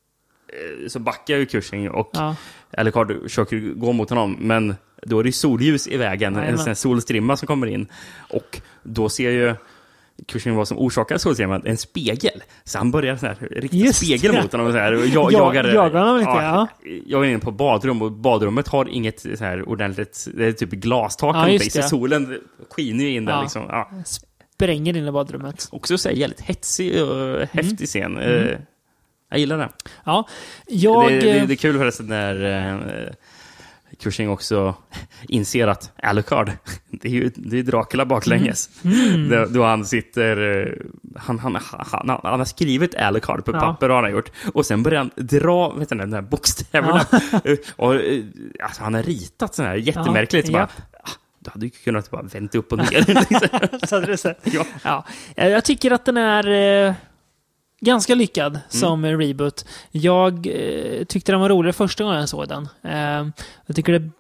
eh, så backar ju Cushing och ja. Alucard försöker gå mot honom, men då är det solljus i vägen, Nej, en sån här solstrimma som kommer in, och då ser ju Cushing vad som orsakar solstrimman, en spegel. Så han börjar så här rikta Just, spegel ja. mot honom och så här, och jag, jagar, jagar honom lite, ja. Jag är inne på badrum, och badrummet har inget så här ordentligt, det är typ glastak, ja, så solen skiner ju in där ja. liksom. Ja. Spränger in i badrummet. Också så här jävligt hetsig och häftig mm. scen. Mm. Jag gillar det. Ja, jag... det, det, det är kul förresten när uh, Cushing också inser att Alucard, det är ju det är Dracula baklänges. Mm. Då, då han sitter, han, han, han, han har skrivit Alucard på ja. papper, har han gjort. Och sen börjar han dra, vet du, den där bokstäverna. Ja. och, alltså, han har ritat sån här jättemärkligt. Ja. Bara, ja. Du hade ju kunnat bara vänta upp och ner. Så hade det sett. Ja. Ja. Jag tycker att den är eh, ganska lyckad mm. som reboot. Jag eh, tyckte den var rolig första gången jag såg den. Eh, jag tycker det,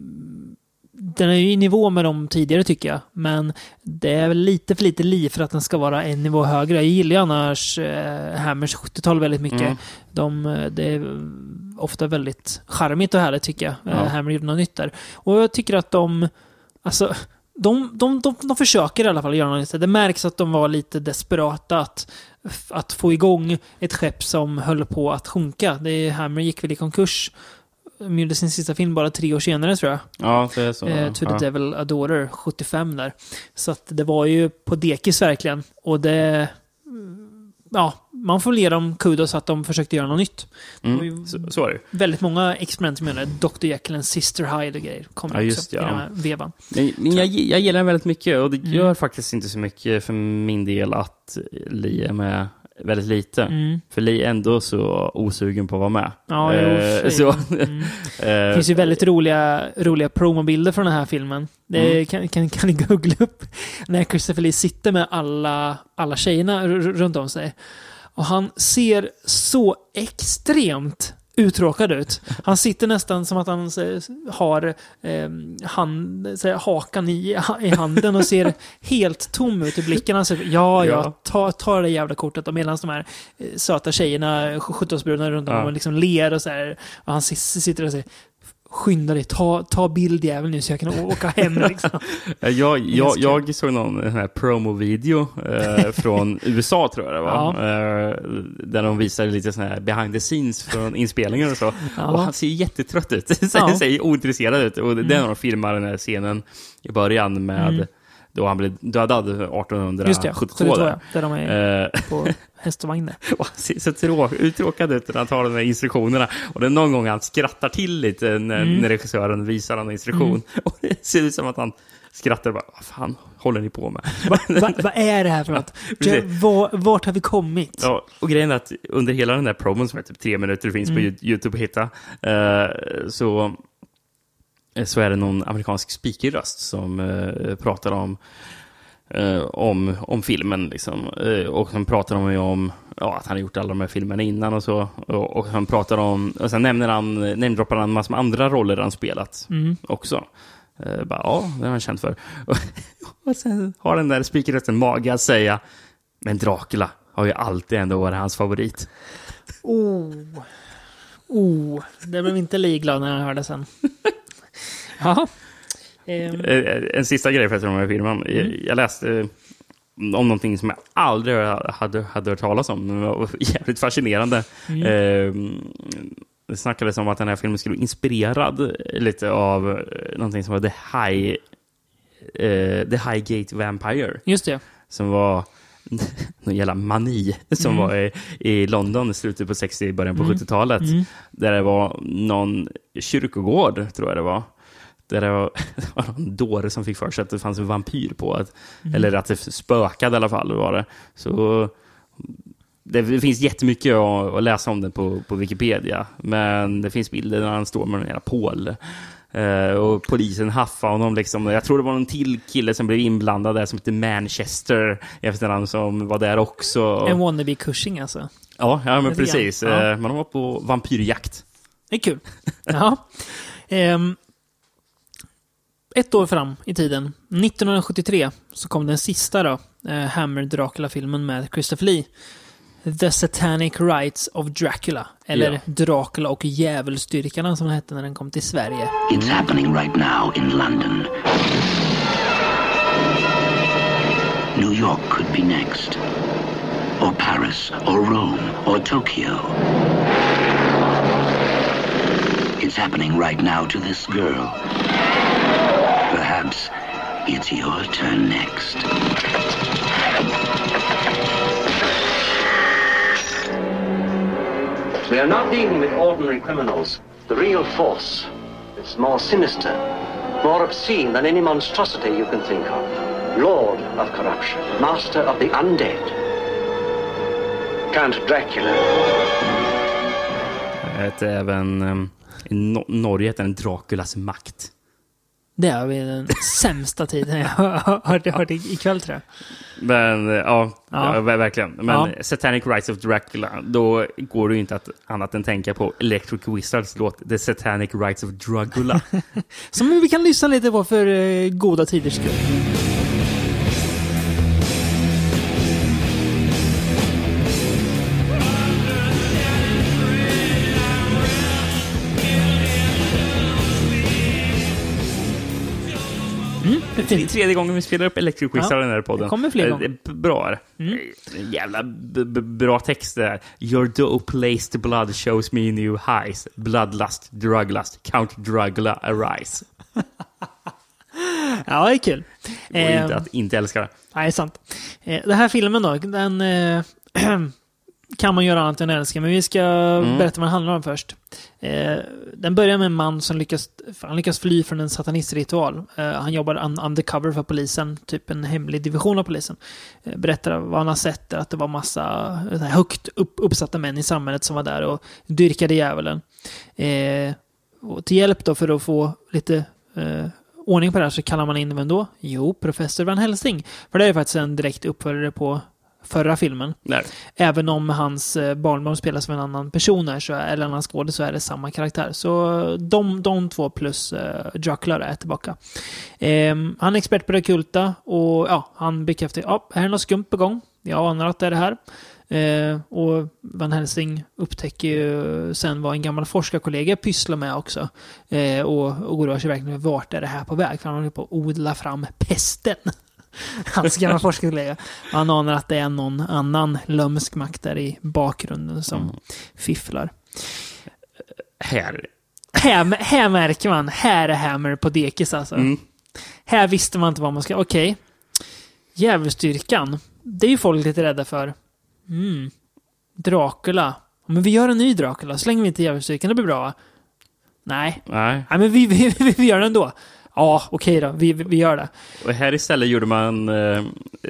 den är ju i nivå med de tidigare, tycker jag. Men det är väl lite för lite liv för att den ska vara en nivå högre. Jag gillar ju annars eh, Hammers sjuttiotal väldigt mycket. Mm. De, det är ofta väldigt charmigt och härligt, tycker jag. Ja. Eh, Hammer gjorde något nytt där. Och jag tycker att de Alltså, de, de, de, de försöker i alla fall göra något. Det märks att de var lite desperata att, att få igång ett skepp som höll på att sjunka. Det är, Hammer gick väl i konkurs. De gjorde sin sista film bara tre år senare, tror jag. Ja, det är så. Eh, to the ja. Devil a Daughter, sjuttiofem där. Så att det var ju på dekis verkligen. Och det... Ja, man får ge dem kudos att de försökte göra något nytt. Mm, så, så är det. Väldigt många experiment med det. doktor Jekyll and Sister Hyde och grejer kommer ja, just, också ja. i den här vevan. Men, men jag, jag gillar den väldigt mycket, och det mm. gör faktiskt inte så mycket för min del att Lee är med väldigt lite. Mm. För Lee är ändå så osugen på att vara med. Ja, eh, så. Mm. Det finns ju väldigt roliga, roliga promobilder från den här filmen. Det mm. kan, kan, kan ni googla upp när Christopher Lee sitter med alla, alla tjejerna r- runt om sig. Och han ser så extremt uttråkad ut. Han sitter nästan som att han har eh, hand, hakan i, i handen och ser helt tom ut i blicken. Han säger, ja, ja, ta, ta det jävla kortet. Och medan de här eh, söta tjejerna, sjuttonårsbrudna runt om ja. och liksom ler och så här. Och han sitter och säger, skynda dig, ta, ta bild jävel nu så jag kan åka hem liksom. jag, jag, jag såg någon den här promo-video eh, från U S A, tror jag det var. Ja. Eh, där de visade lite sån här behind the scenes från inspelningen och så. Ja. Och han ser jättetrött ut. Han ja. ser ointresserad ut. Och mm. den har de filmat den här scenen i början med mm. då han blev dödad artonhundrasjuttiotvå. Just det, där. där de är uh, på hästvagnen. Han ser så trå- uttråkad ut när han tar de här instruktionerna. Och det är någon gång han skrattar till lite när, mm. när regissören visar en instruktion. Mm. Och det ser ut som att han skrattar bara, vad fan håller ni på med? Vad va, va är det här för något? Ja, var, vart har vi kommit? Ja, och grejen är att under hela den där promon som är typ tre minuter, det finns mm. på YouTube att hitta, uh, så så är det någon amerikansk speakerröst som uh, pratar om uh, om, om filmen liksom. Uh, och som pratar om, om ja, att han har gjort alla de här filmerna innan och så, och, och han pratar om, och sen nämner han nämndroppar han en massa andra roller han spelat mm. också. Uh, bara, ja, det har han känt för. Och sen har den där speakerrösten mage att säga, men Dracula har ju alltid ändå varit hans favorit. Oh, oh, det blev inte lika glad när jag hörde sen. Ja. Um. En sista grej för att de här filmen. Mm. Jag, jag läste om någonting som jag aldrig hade, hade hört talas om. Det var jävligt fascinerande. Mm. Eh, det snackades om att den här filmen skulle vara inspirerad lite av någonting som var The High eh, The Highgate Vampire. Just det. Som var någon jävla mani som mm. var i, i London i slutet på sextio, början på mm. sjuttiotalet. Mm. Där det var någon kyrkogård, tror jag det var. Där det var, det var någon dåre som fick för sig att det fanns en vampyr på. Att, mm. Eller att det spökade i alla fall var det. Så det, det finns jättemycket att, att läsa om det på, på Wikipedia. Men det finns bilder när han står med en jävla pål Uh, och polisen haffade honom liksom. Jag tror det var någon till kille som blev inblandad där som heter Manchester efterhand som var där också. En wannabe Cushing alltså. Ja, ja men precis. Ja. Uh, man var på vampyrjakt. Det är kul. Ja. um, ett år fram i tiden, nittonhundrasjuttiotre, så kom den sista då, uh, Hammer Dracula-filmen med Christopher Lee. The Satanic Rites of Dracula. Eller yeah. Dracula och djävulsdyrkarna som den hette när den kom till Sverige. It's happening right now in London. New York could be next. Or Paris, or Rome, or Tokyo. It's happening right now to this girl. Perhaps it's your turn next. We are not dealing with ordinary criminals. The real force is more sinister, more obscene than any monstrosity you can think of. Lord of corruption, master of the undead. Count Dracula. Det är även um, i no- Norge heter den Draculas makt. Det är vi den sämsta tiden jag har hört, hört ikväll, tror jag. Men ja, ja. ja verkligen. Men ja. Satanic Rites of Dracula, då går det ju inte att annat än tänka på Electric Wizards låt The Satanic Rites of Dracula. Som vi kan lyssna lite på för uh, goda tiders skull. Det är tredje gången vi spelar upp Electric Wizard ja, i den här podden. Det kommer fler gånger. Bra. Mm. Jävla b- b- bra text där. Your dope laced blood shows me new highs. Bloodlust, druglust, Count Dracula arise. Ja, det är kul. Och eh, inte att inte älska det. Nej, sant. Eh, den här filmen då, den eh, kan man göra annat än älska, men vi ska mm. berätta vad den handlar om först. Eh, den börjar med en man som lyckas, han lyckas fly från en satanist-ritual. Eh, han jobbar un- undercover för polisen, typ en hemlig division av polisen. Eh, berättar vad han har sett, att det var massa högt upp, uppsatta män i samhället som var där och dyrkade djävulen. Eh, och till hjälp då för att få lite eh, ordning på det här så kallar man in vem då? Jo, professor Van Helsing. För det är faktiskt en direkt uppföljare på förra filmen. Nej. Även om hans barnbarn spelas av en annan person här, så är, eller en annan skådespelare, så är det samma karaktär. Så de, de två plus uh, Dracula är tillbaka. Um, han är expert på det kulta och ja, han bekräftar ja, här är något skumt på gång. Jag anar att det är det här. Uh, och Van Helsing upptäcker ju sen vad en gammal forskarkollega pysslar med också. Uh, och oroar sig verkligen vart är det här på väg. För han håller på att odla fram pesten. Hans gamla forskarkollega. Han anar att det är någon annan lömsk makt där i bakgrunden som mm. fifflar. Här. här. Här märker man. Här är Hammer på dekis alltså. Mm. Här visste man inte vad man ska... Okej. Okay. Djävulsstyrkan. Det är ju folk lite rädda för. Mm. Dracula. Men vi gör en ny Dracula. Så länge vi inte djävulsstyrkan, det blir bra. Nej. Nej. Nej, men vi, vi, vi, vi gör det ändå. Ja, okej då. Vi, vi, vi gör det. Och här istället gjorde man... Eh,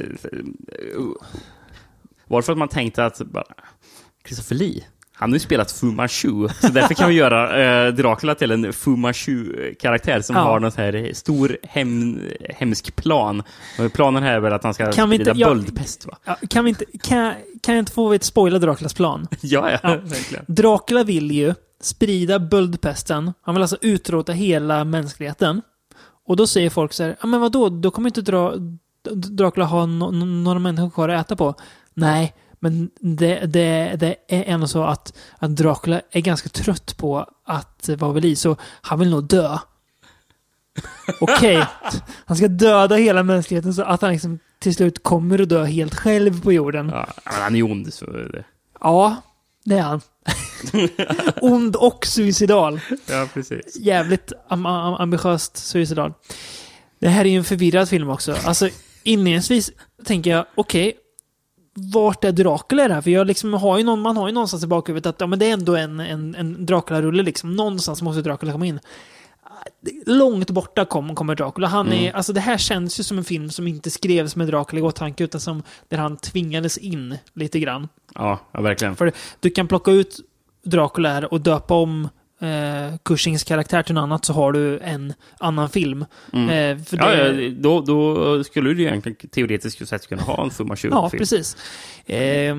var det för att man tänkte att... Bara, Christopher Lee, han har ju spelat Fu Manchu. Så därför kan vi göra eh, Dracula till en Fu Manchu-karaktär som ja. har någon här stor hem, hemsk plan. Och planen här är väl att han ska kan sprida inte, böldpest, va? Ja, kan, vi inte, kan, kan jag inte få ett spoila Draculas plan? ja, ja, ja, verkligen. Dracula vill ju sprida böldpesten. Han vill alltså utrota hela mänskligheten. Och då säger folk så här, ja men vadå, då kommer inte dra, Dracula ha no, no, några människor kvar att äta på. Nej, men det, det, det är ändå så att, att Dracula är ganska trött på att vara vid liv, så han vill nog dö. Okej, okay. Han ska döda hela mänskligheten så att han liksom till slut kommer att dö helt själv på jorden. Ja, men han är ond så är det. Ja, det är han. Ond och suicidal. Ja, precis. Jävligt am- am- ambitiöst suicidal. Det här är ju en förvirrad film också. Alltså, inledningsvis tänker jag, okej, okay, vart är Dracula i det här? För jag liksom har ju någon, man har ju någonstans i bakhuvudet att ja, men det är ändå en, en, en Dracula-rulle liksom. Någonstans måste Dracula komma in. Långt borta kom, kommer Dracula. Han är, mm. alltså det här känns ju som en film som inte skrevs med Dracula i åtanke, utan som där han tvingades in lite grann. Ja, ja verkligen. För du kan plocka ut Dracula här och döpa om eh, Cushings karaktär till något annat så har du en annan film. Mm. Eh, för det... ja, ja, då, då skulle du egentligen teoretiskt sett kunna ha en Fu Manchu-film. Ja, precis. Eh,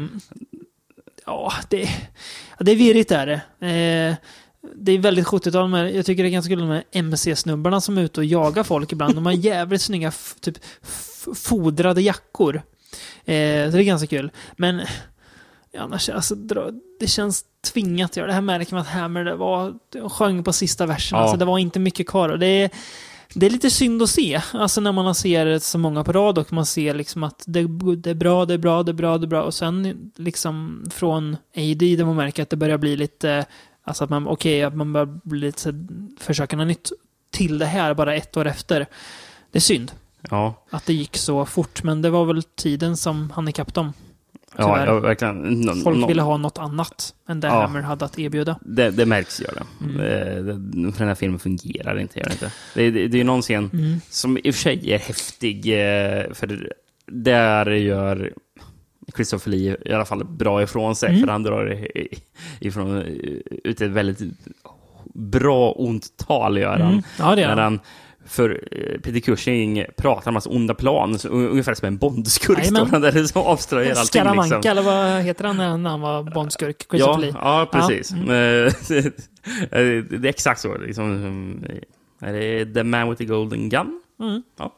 ja, det, det är virrigt är det. Eh, det är väldigt sjuttiotal, men jag tycker det är ganska kul med M C-snubbarna som är ute och jagar folk ibland. De har jävligt snygga f- typ f- fodrade jackor. Eh, så det är ganska kul. Men ja, annars, alltså, det känns tvingat. Ja. Det här märker man att Hammer det var, sjöng på sista versen. Ja. Alltså, det var inte mycket kvar. Och det är, det är lite synd att se. Alltså när man ser så många på rad och man ser liksom att det, det är bra, det är bra, det är bra, det är bra. Och sen liksom från A D där man märker att det börjar bli lite... Alltså att man, okej, okay, att man börjar bli lite, försöka något nytt till det här bara ett år efter. Det är synd. Ja. Att det gick så fort, men det var väl tiden som handikappade dem. Ja, ja, verkligen. No, Folk no. ville ha något annat än det ja. Hammer hade att erbjuda. Det, det märks, gör det. Mm. det. För den här filmen fungerar inte, gör det inte. Det, det, det är ju någon scen mm. som i och för sig är häftig, för där gör Christopher Lee i alla fall bra ifrån sig, mm. för han drar ifrån ut ett väldigt bra ont tal, gör han. Mm. Ja, det är när han för Peter Cushing pratar om hans onda plan, så, ungefär som en bondskurk står han där som avslöjar allting. Skaramanka, liksom. eller vad heter han när han var bondskurk? Christopher Lee. Ja, ja, precis. Ja. Mm. Det är exakt så. Liksom, är det The Man with the Golden Gun? Mm. Ja.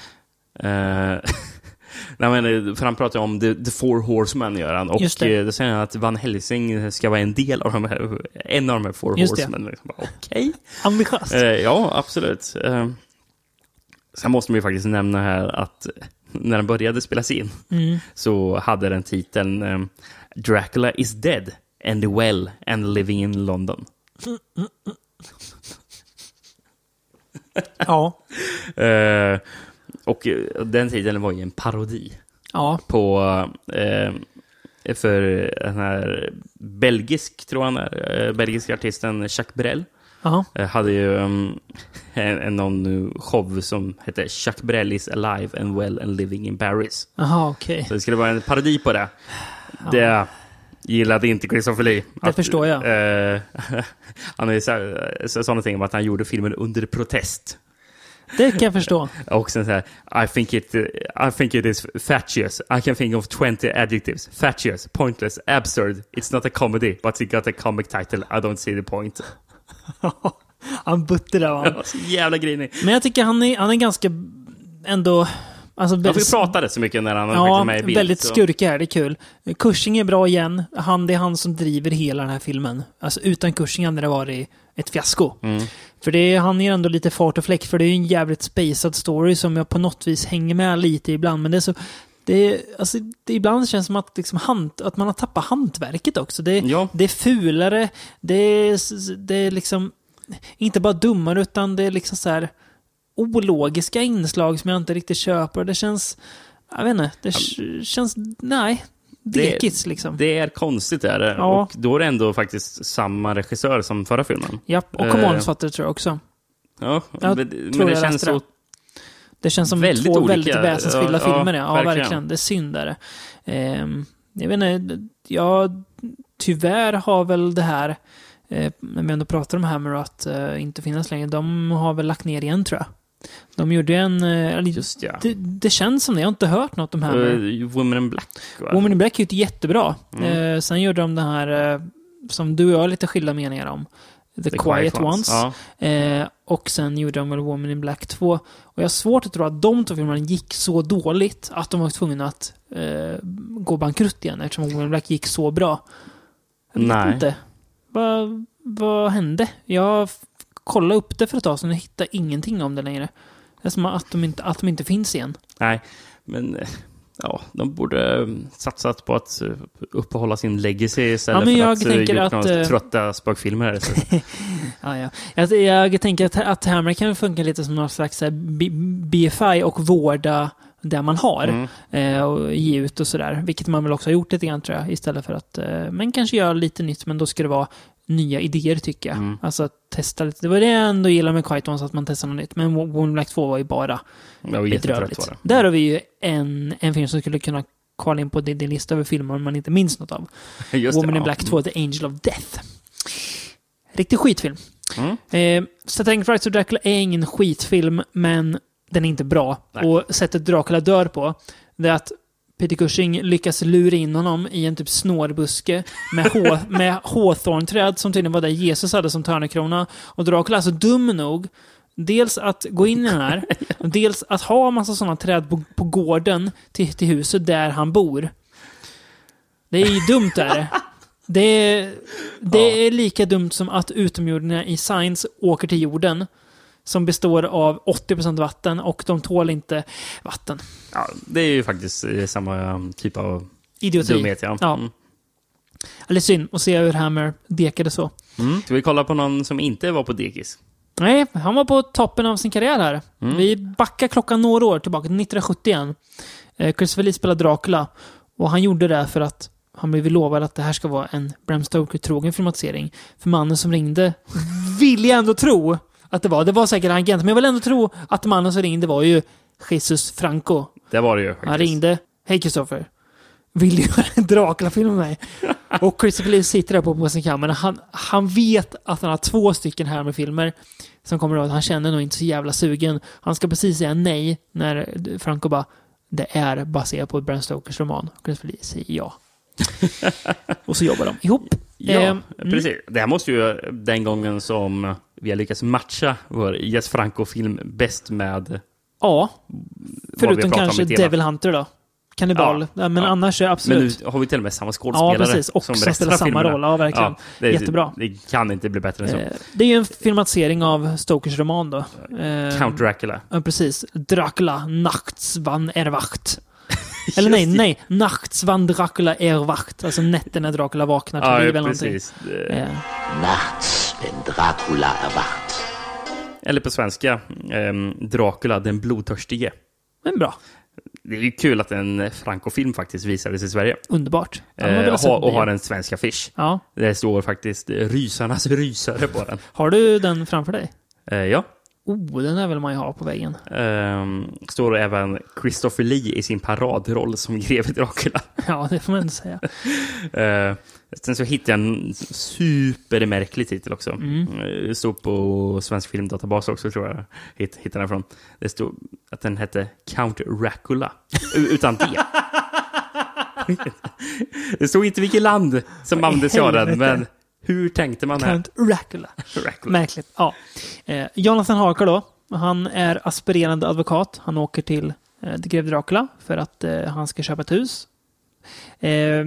Uh, nej, men, för han pratar om The, the Four Horsemen, gör han. Och det. Då säger han att Van Helsing ska vara en del av de här, en av de här Four Just Horsemen. Okej. Okay. Ambitiöst. Uh, ja, absolut. Uh, sen måste man ju faktiskt nämna här att när den började spelas in mm. så hade den titeln um, Dracula is dead and well and living in London. Mm, mm, mm. Ja. Uh, och den titeln var ju en parodi ja. på uh, för den här belgisk, tror han är, uh, belgiska artisten Jacques Brel. Uh, hade ju um, en, en någon show som hette Jacques Brel is alive and well and living in Paris. Aha, okay. Så det skulle vara en parodi på det. Ja. Det gillade inte Christopher Lee. Det att, förstår jag. Uh, han har sa, sa någonting om att han gjorde filmen under protest. Det kan jag förstå. Och sen så här, I think it I think it is fatuous. I can think of twenty adjectives. Fatuous, pointless, absurd. It's not a comedy, but it got a comic title. I don't see the point. Han butter där, va? Så jävla grinig. Men jag tycker han är, han är ganska ändå... Alltså, väldigt, vi pratade så mycket när han ja, var med i bild. Väldigt skurkig här, det är kul. Cushing är bra igen. Han, det är han som driver hela den här filmen. Alltså utan Cushing hade det varit ett fiasko. Mm. För det är, han är ändå lite fart och fläck, för det är en jävligt spacad story som jag på något vis hänger med lite ibland. Men det är så... Det är, alltså, det ibland känns som att, liksom hand, att man har tappat hantverket också. Det, ja. det är fulare. Det är, det är liksom inte bara dummare, utan det är liksom så här ologiska inslag som jag inte riktigt köper. Det känns, jag vet inte, det ja. känns, nej, dekits liksom. Det är konstigt är det. Ja. Och då är det ändå faktiskt samma regissör som förra filmen. Ja, och manusfattare tror jag också. Ja, jag men, men det känns så... Det. Det känns som väldigt två olika. väldigt väsensskilda ja, filmer. Ja, ja verkligen. verkligen. Det är synd där. Ehm, jag vet inte, jag tyvärr har väl det här, eh, när vi ändå pratar om Hammer att eh, inte finnas längre, de har väl lagt ner igen, tror jag. De gjorde en... Eh, Just ja. det, det känns som det. Jag har inte hört något om Hammer. Uh, Woman in Black. Va? Woman in Black är ju jättebra. Mm. Eh, sen gjorde de den här eh, som du och jag har lite skilda meningar om. The, The Quiet, Quiet Ones. Ja. Eh, och sen gjorde de väl Woman in Black två. Och jag har svårt att tro att de två filmerna gick så dåligt att de var tvungna att eh, gå bankrutt igen, eftersom Woman in Black gick så bra. Jag vet Nej. inte. Vad, vad hände? Jag kollade upp det för ett tag sedan och hittade ingenting om det längre. Det är som att de inte, att de inte finns igen. Nej, men... Ja, de borde satsat på att uppehålla sin legacy istället ja, men jag för att tänker gjort att, några trötta spökfilmer. ja, ja. Jag, jag tänker att, att Hammer kan funka lite som någon slags B F I och vårda det man har mm. eh, och ge ut och sådär. Vilket man väl också har gjort lite grann, tror jag. Istället för att eh, men kanske göra lite nytt, men då ska det vara nya idéer, tycker jag. Mm. Alltså att testa lite. Det var det jag ändå gillar med Quiet Ones, att man testar något nytt. Men Woman Black två var ju bara bedrövligt. Där har vi ju en, en film som skulle kunna kvala in på din, din lista över filmer man inte minns något av. Just Woman det, in Black ja. två, The Angel of Death. Riktig skitfilm. Mm. Eh, Satanic Rites of Dracula är ingen skitfilm, men den är inte bra. Nej. Och sättet Dracula dör på, det är att Peter Cushing lyckas lura in honom i en typ snårbuske med, hå, med hawthornträd som tydligen var där Jesus hade som törnekrona. Och Dracula är så dum nog dels att gå in i den här, dels att ha en massa sådana träd på, på gården till, till huset där han bor. Det är ju dumt där. Det är, det ja. är lika dumt som att utomjordingarna i Science åker till jorden som består av åttio procent vatten och de tål inte vatten. Ja, det är ju faktiskt samma typ av idioti. Dumhet. Ja. Ja. Mm. Eller synd att se hur Hammer dekade så. Mm. Ska vi kolla på någon som inte var på dekis? Nej, han var på toppen av sin karriär här. Mm. Vi backar klockan några år tillbaka till nittonhundrasjuttio igen. Christopher Lee spelade Dracula och han gjorde det för att han blev lovad att det här ska vara en Bram Stoker-trogen filmatisering. För mannen som ringde vill jag ändå tro att det var. Det var säkert en agent, men jag vill ändå tro att mannen som ringde var ju Jesus Franco. Det var det ju faktiskt. Han ringde, hej Christopher, vill du göra en Dracula-film med mig? Och Christopher Lee sitter där på, på sin kammare. Han, han vet att han har två stycken här med filmer som kommer att han känner nog inte så jävla sugen. Han ska precis säga nej när Franco bara, det är baserat på Bram Stokers roman. Och Christopher Lee säger ja. Och så jobbar de ihop. Ja, eh, precis. Mm. Det här måste ju den gången som vi har lyckats matcha vår Jess Franco-film bäst med. Ja, förutom kanske Devil Hunter då. Kannibal. Ja, ja, men ja. Annars är absolut. Men nu har vi till och med samma skådespelare. Ja, precis. Och som spelar samma roll. Ja, verkligen. Ja, det, jättebra. Det kan inte bli bättre än så. Eh, det är ju en filmatisering av Stokers roman då. Eh, Count Dracula. Ja, precis. Dracula, Nachtsvan Erwacht. Eller nej, nej. Nachtsvan Dracula Erwacht. Alltså nätten när Dracula vaknar till ja, liv eller precis. någonting. Eh. Nachts, wenn Dracula erwacht. Eller på svenska, eh, Dracula, den blodtörstige. Men bra. Det är ju kul att en Franco-film faktiskt visades i Sverige. Underbart. Eh, och, ha, och har en svensk affisch. Ja. Det står faktiskt Rysarnas rysare på den. Har du den framför dig? Eh, ja. Oh, den är väl man ju ha på väggen. Um, står även Christopher Lee i sin paradroll som greve Dracula. Ja, det får man inte säga. uh, sen så hittade jag en supermärklig titel också. Mm. Det stod på Svensk Filmdatabas också, tror jag. Hitt, hittade den från. Det stod att den hette Count Dracula. Utan det. Det stod inte vilket land som använde sig av den, men hur tänkte man här? Count Dracula. Märkligt. Ja. Eh, Jonathan Harker då. Han är aspirerande advokat. Han åker till eh, greve Dracula för att eh, han ska köpa ett hus. Eh,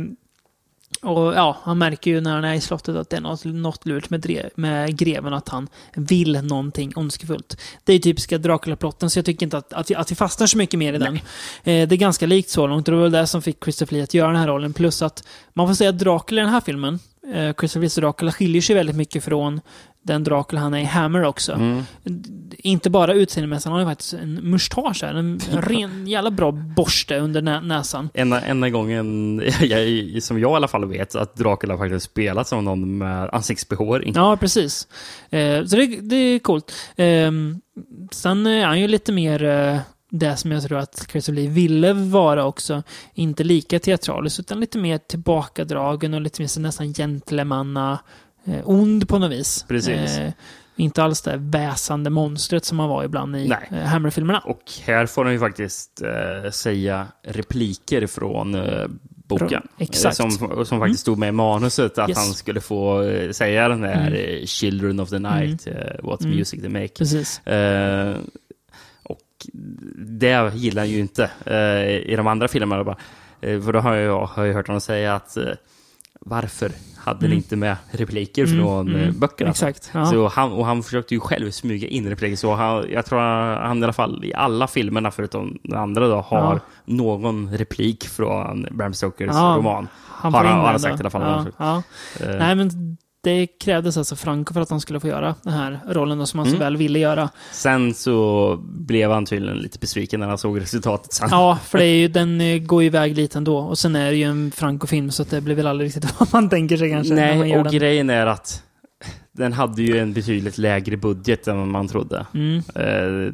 och ja, han märker ju när han är i slottet att det är något, något lurt med, drev, med greven, att han vill någonting ondskefullt. Det är typiska Dracula-plotten, så jag tycker inte att, att, att vi fastnar så mycket mer i den. Eh, det är ganska likt så långt. Det var det som fick Christopher Lee att göra den här rollen. Plus att man får säga att Dracula i den här filmen, eh, Christopher Lees Dracula, skiljer sig väldigt mycket från den Dracula han är i Hammer också. Mm. Inte bara utseendemässigt, han har ju faktiskt en mustasch här, en ren jävla bra borste under nä- näsan. Enda, enda gången jag, som jag i alla fall vet att Dracula faktiskt spelat som någon med ansiktsbehåring. Ja, precis. Eh, så det, det är coolt. Eh, sen är han ju lite mer eh, det som jag tror att Christopher Lee ville vara också. Inte lika teatralisk, utan lite mer tillbakadragen och lite mer så nästan gentlemanna, eh, ond på något vis. Precis. Eh, inte alls det väsande monstret som man var ibland i eh, Hammer-filmerna. Och här får han ju faktiskt eh, säga repliker från eh, boken. Exakt. Som, som faktiskt mm. stod med i manuset att yes. han skulle få eh, säga den här mm. Children of the Night, mm. uh, what mm. music they make. Precis. Eh, och det gillar han ju inte eh, i de andra filmerna. Bara. Eh, för då har jag, har jag hört honom säga att eh, varför hade mm. ni inte med repliker mm. från mm. böckerna? Exakt. Ja. Så han, och han försökte ju själv smyga in repliker. Så han, jag tror han i alla fall i alla filmerna förutom den andra då har ja. någon replik från Bram Stokers ja. roman. Han har han, har han sagt i alla fall. Ja. Ja. Uh. Nej, men det krävdes alltså Franco för att han skulle få göra den här rollen då, som han mm. så väl ville göra. Sen så blev han tydligen lite besviken när han såg resultatet sen. Ja, för det är ju, den går iväg lite ändå. Och sen är det ju en Franco-film, så att det blir väl aldrig riktigt vad man tänker sig kanske. Nej, och den. grejen är att den hade ju en betydligt lägre budget än vad man trodde. Mm. Eh,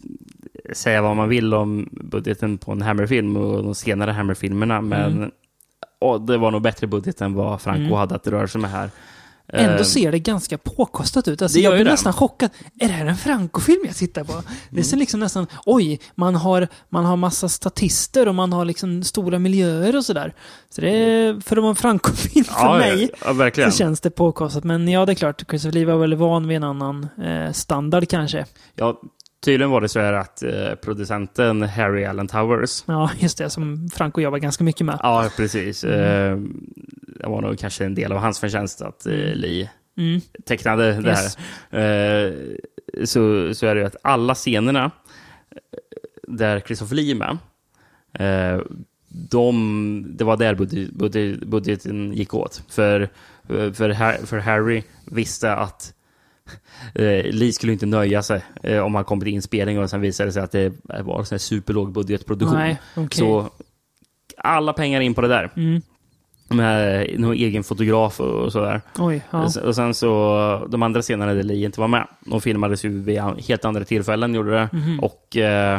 säga vad man vill om budgeten på en Hammer-film och de senare Hammer-filmerna, men mm. och det var nog bättre budget än vad Franco mm. hade att röra sig med här. Ändå ser det ganska påkostat ut. Alltså, jag blir nästan chockad. Är det här en Franco-film jag tittar på? Mm. Det ser liksom nästan, oj, man har, man har massa statister och man har liksom stora miljöer och sådär. Så det är, för att vara en Franco-film för ja, mig ja, verkligen. så känns det påkostat. Men ja, det är klart, Christopher Lee var väl van vid en annan eh, standard kanske. Ja, tydligen var det så här att eh, producenten Harry Alan Towers. Ja, just det, som Franco jobbar ganska mycket med. Ja, precis. Mm. Eh, det var nog kanske en del av hans förtjänst att eh, Lee mm. tecknade det yes. här. Eh, så, så är det ju att alla scenerna där Christopher Lee är med, eh, de, det var där budget, budget, budgeten gick åt. För, för, för Harry visste att Eh, Lee skulle inte nöja sig eh, om han kom till inspelning och sen visade det sig att det var en sån här superlåg budgetproduktion. Nej, okay. Så alla pengar in på det där. Mm. Med någon egen fotograf och sådär. Oj, ja. Och sen så de andra scenerna där Lee inte var med. De filmades ju vid helt andra tillfällen gjorde det. Mm. Och eh,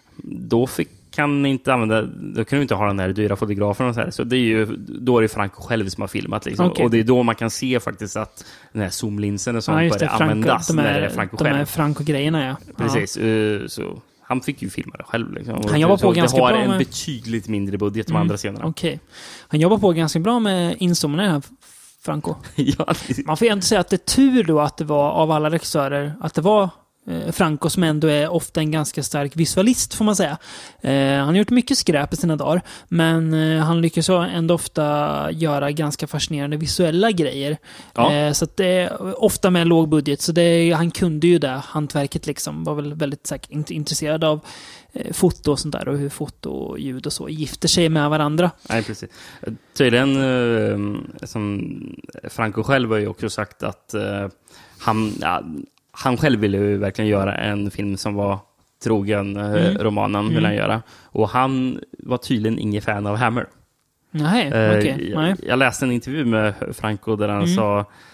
då fick kan inte använda, då kan du inte ha den där dyra fotografen och så här. Så det är ju, då är det Franco själv som har filmat liksom. Okay. Och det är då man kan se faktiskt att den här zoomlinsen och sånt ja, börjar Franco, användas de är, när det är Franco de själv. De är Franco-grejerna, ja. Precis, uh, så han fick ju filma det själv liksom. Han jobbar på ganska bra med... Det har en betydligt mindre budget de mm. andra scenerna. Okej. Okay. Han jobbar på ganska bra med inzoomningen här, Franco. Ja, man får ju inte säga att det är tur då att det var av alla regissörer att det var Franco som ändå är ofta en ganska stark visualist får man säga. Eh, han har gjort mycket skräp i sina dagar, men eh, han lyckas ändå ofta göra ganska fascinerande visuella grejer. Ja. Eh, så att det är ofta med låg budget, så det är, han kunde ju det hantverket liksom, var väl väldigt säkert intresserad av eh, foto och sånt där och hur foto och ljud och så gifter sig med varandra. Nej, precis. Tydligen eh, som Franco själv har ju också sagt att eh, han ja, han själv ville ju verkligen göra en film som var trogen mm. romanen mm. ville han göra. Och han var tydligen ingen fan av Hammer. Nej, eh, okay. jag, Nej. jag läste en intervju med Franco där han mm. sa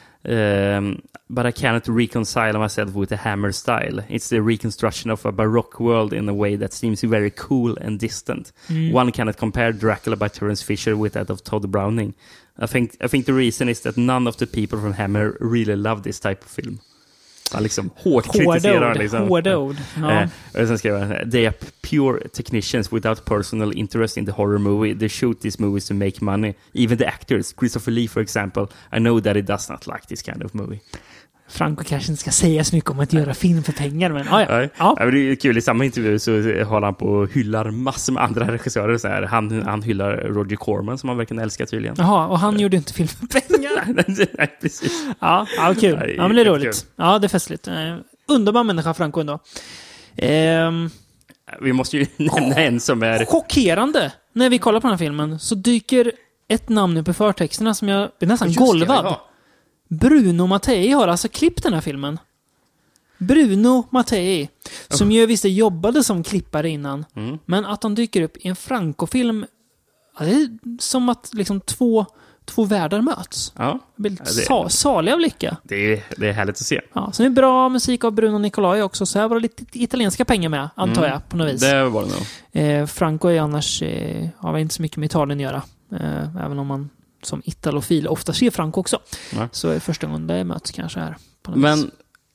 eh, but I cannot reconcile myself with the Hammer style. It's the reconstruction of a baroque world in a way that seems very cool and distant. Mm. One cannot compare Dracula by Terence Fisher with that of Todd Browning. I think, I think the reason is that none of the people from Hammer really love this type of film. Han liksom hårt kritiserar liksom. Hårda ord. Ja. Eh, och sen skrev han, they are pure technicians without personal interest in the horror movie. They shoot these movies to make money. Even the actors, Christopher Lee for example, I know that he does not like this kind of movie. Franco kanske inte ska säga så mycket om att göra film för pengar, men ah, ja. Ja. Ja. Ja, det är kul, i samma intervju så håller han på och hyllar massor med andra regissörer så här. Han, han hyllar Roger Corman som han verkligen älskar tydligen. Jaha, och han ja. gjorde inte film för pengar. Nej, precis. Ja, ja, kul. Ja, men det är roligt. Ja, det är festligt. Eh, underbar människa Franco ändå. Eh, vi måste ju nämna en som är... Chockerande! När vi kollar på den här filmen så dyker ett namn upp i förtexterna som jag blir nästan golvad. Det, ja. Bruno Mattei har alltså klippt den här filmen. Bruno Mattei, som ju visst jobbade som klippare innan. Mm. Men att han dyker upp i en Franco-film, ja, det är som att liksom två, två världar möts. Ja. Det blir lite ja, det, saliga blickar. Det är, det är härligt att se. Ja, så det är bra musik av Bruno Nicolai också. Så här var det lite italienska pengar med, antar mm. jag, på något vis. Det var det nog. Eh, Franco är annars eh, har inte så mycket med Italien att göra. Eh, även om man som italofil ofta ser Franco också. Ja. Så är första gången det möts kanske här. På något Men vis.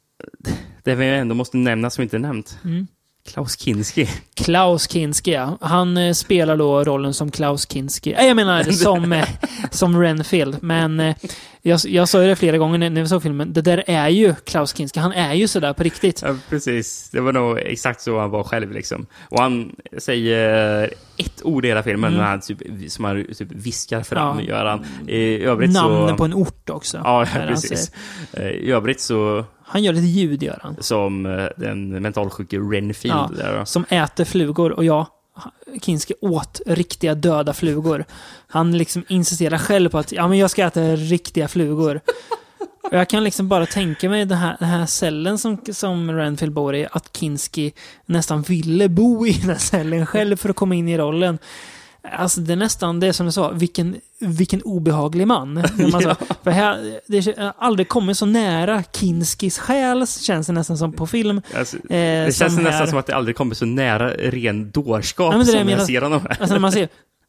Det vi ändå måste nämna som inte nämnt. Mm. Klaus Kinski. Klaus Kinski, ja. Han eh, spelar då rollen som Klaus Kinski. Eh, jag menar som, eh, som Renfield. Men eh, jag, jag sa ju det flera gånger när vi såg filmen. Det där är ju Klaus Kinski. Han är ju sådär på riktigt. Ja, precis. Det var nog exakt så han var själv liksom. Och han säger ett ord i hela filmen mm. han typ, som han typ viskar fram. Ja. Gör han. I övrigt namnen så... på en ort också. Ja, precis. I övrigt så... Han gör lite ljud, gör han. Som den mentalsjuke Renfield. Ja, där, som äter flugor. Och ja, Kinski åt riktiga döda flugor. Han liksom insisterar själv på att ja, men jag ska äta riktiga flugor. Och jag kan liksom bara tänka mig den här, den här cellen som, som Renfield bor i. Att Kinski nästan ville bo i den här cellen själv för att komma in i rollen. Alltså det är nästan det som jag sa, vilken, vilken obehaglig man. Man sa, för här, det har aldrig kommit så nära Kinskis själ, känns det nästan som på film. Alltså, det eh, känns nästan här. Som att det aldrig kommer så nära ren dårskap ja, som jag, jag ser honom. Alltså när man ser,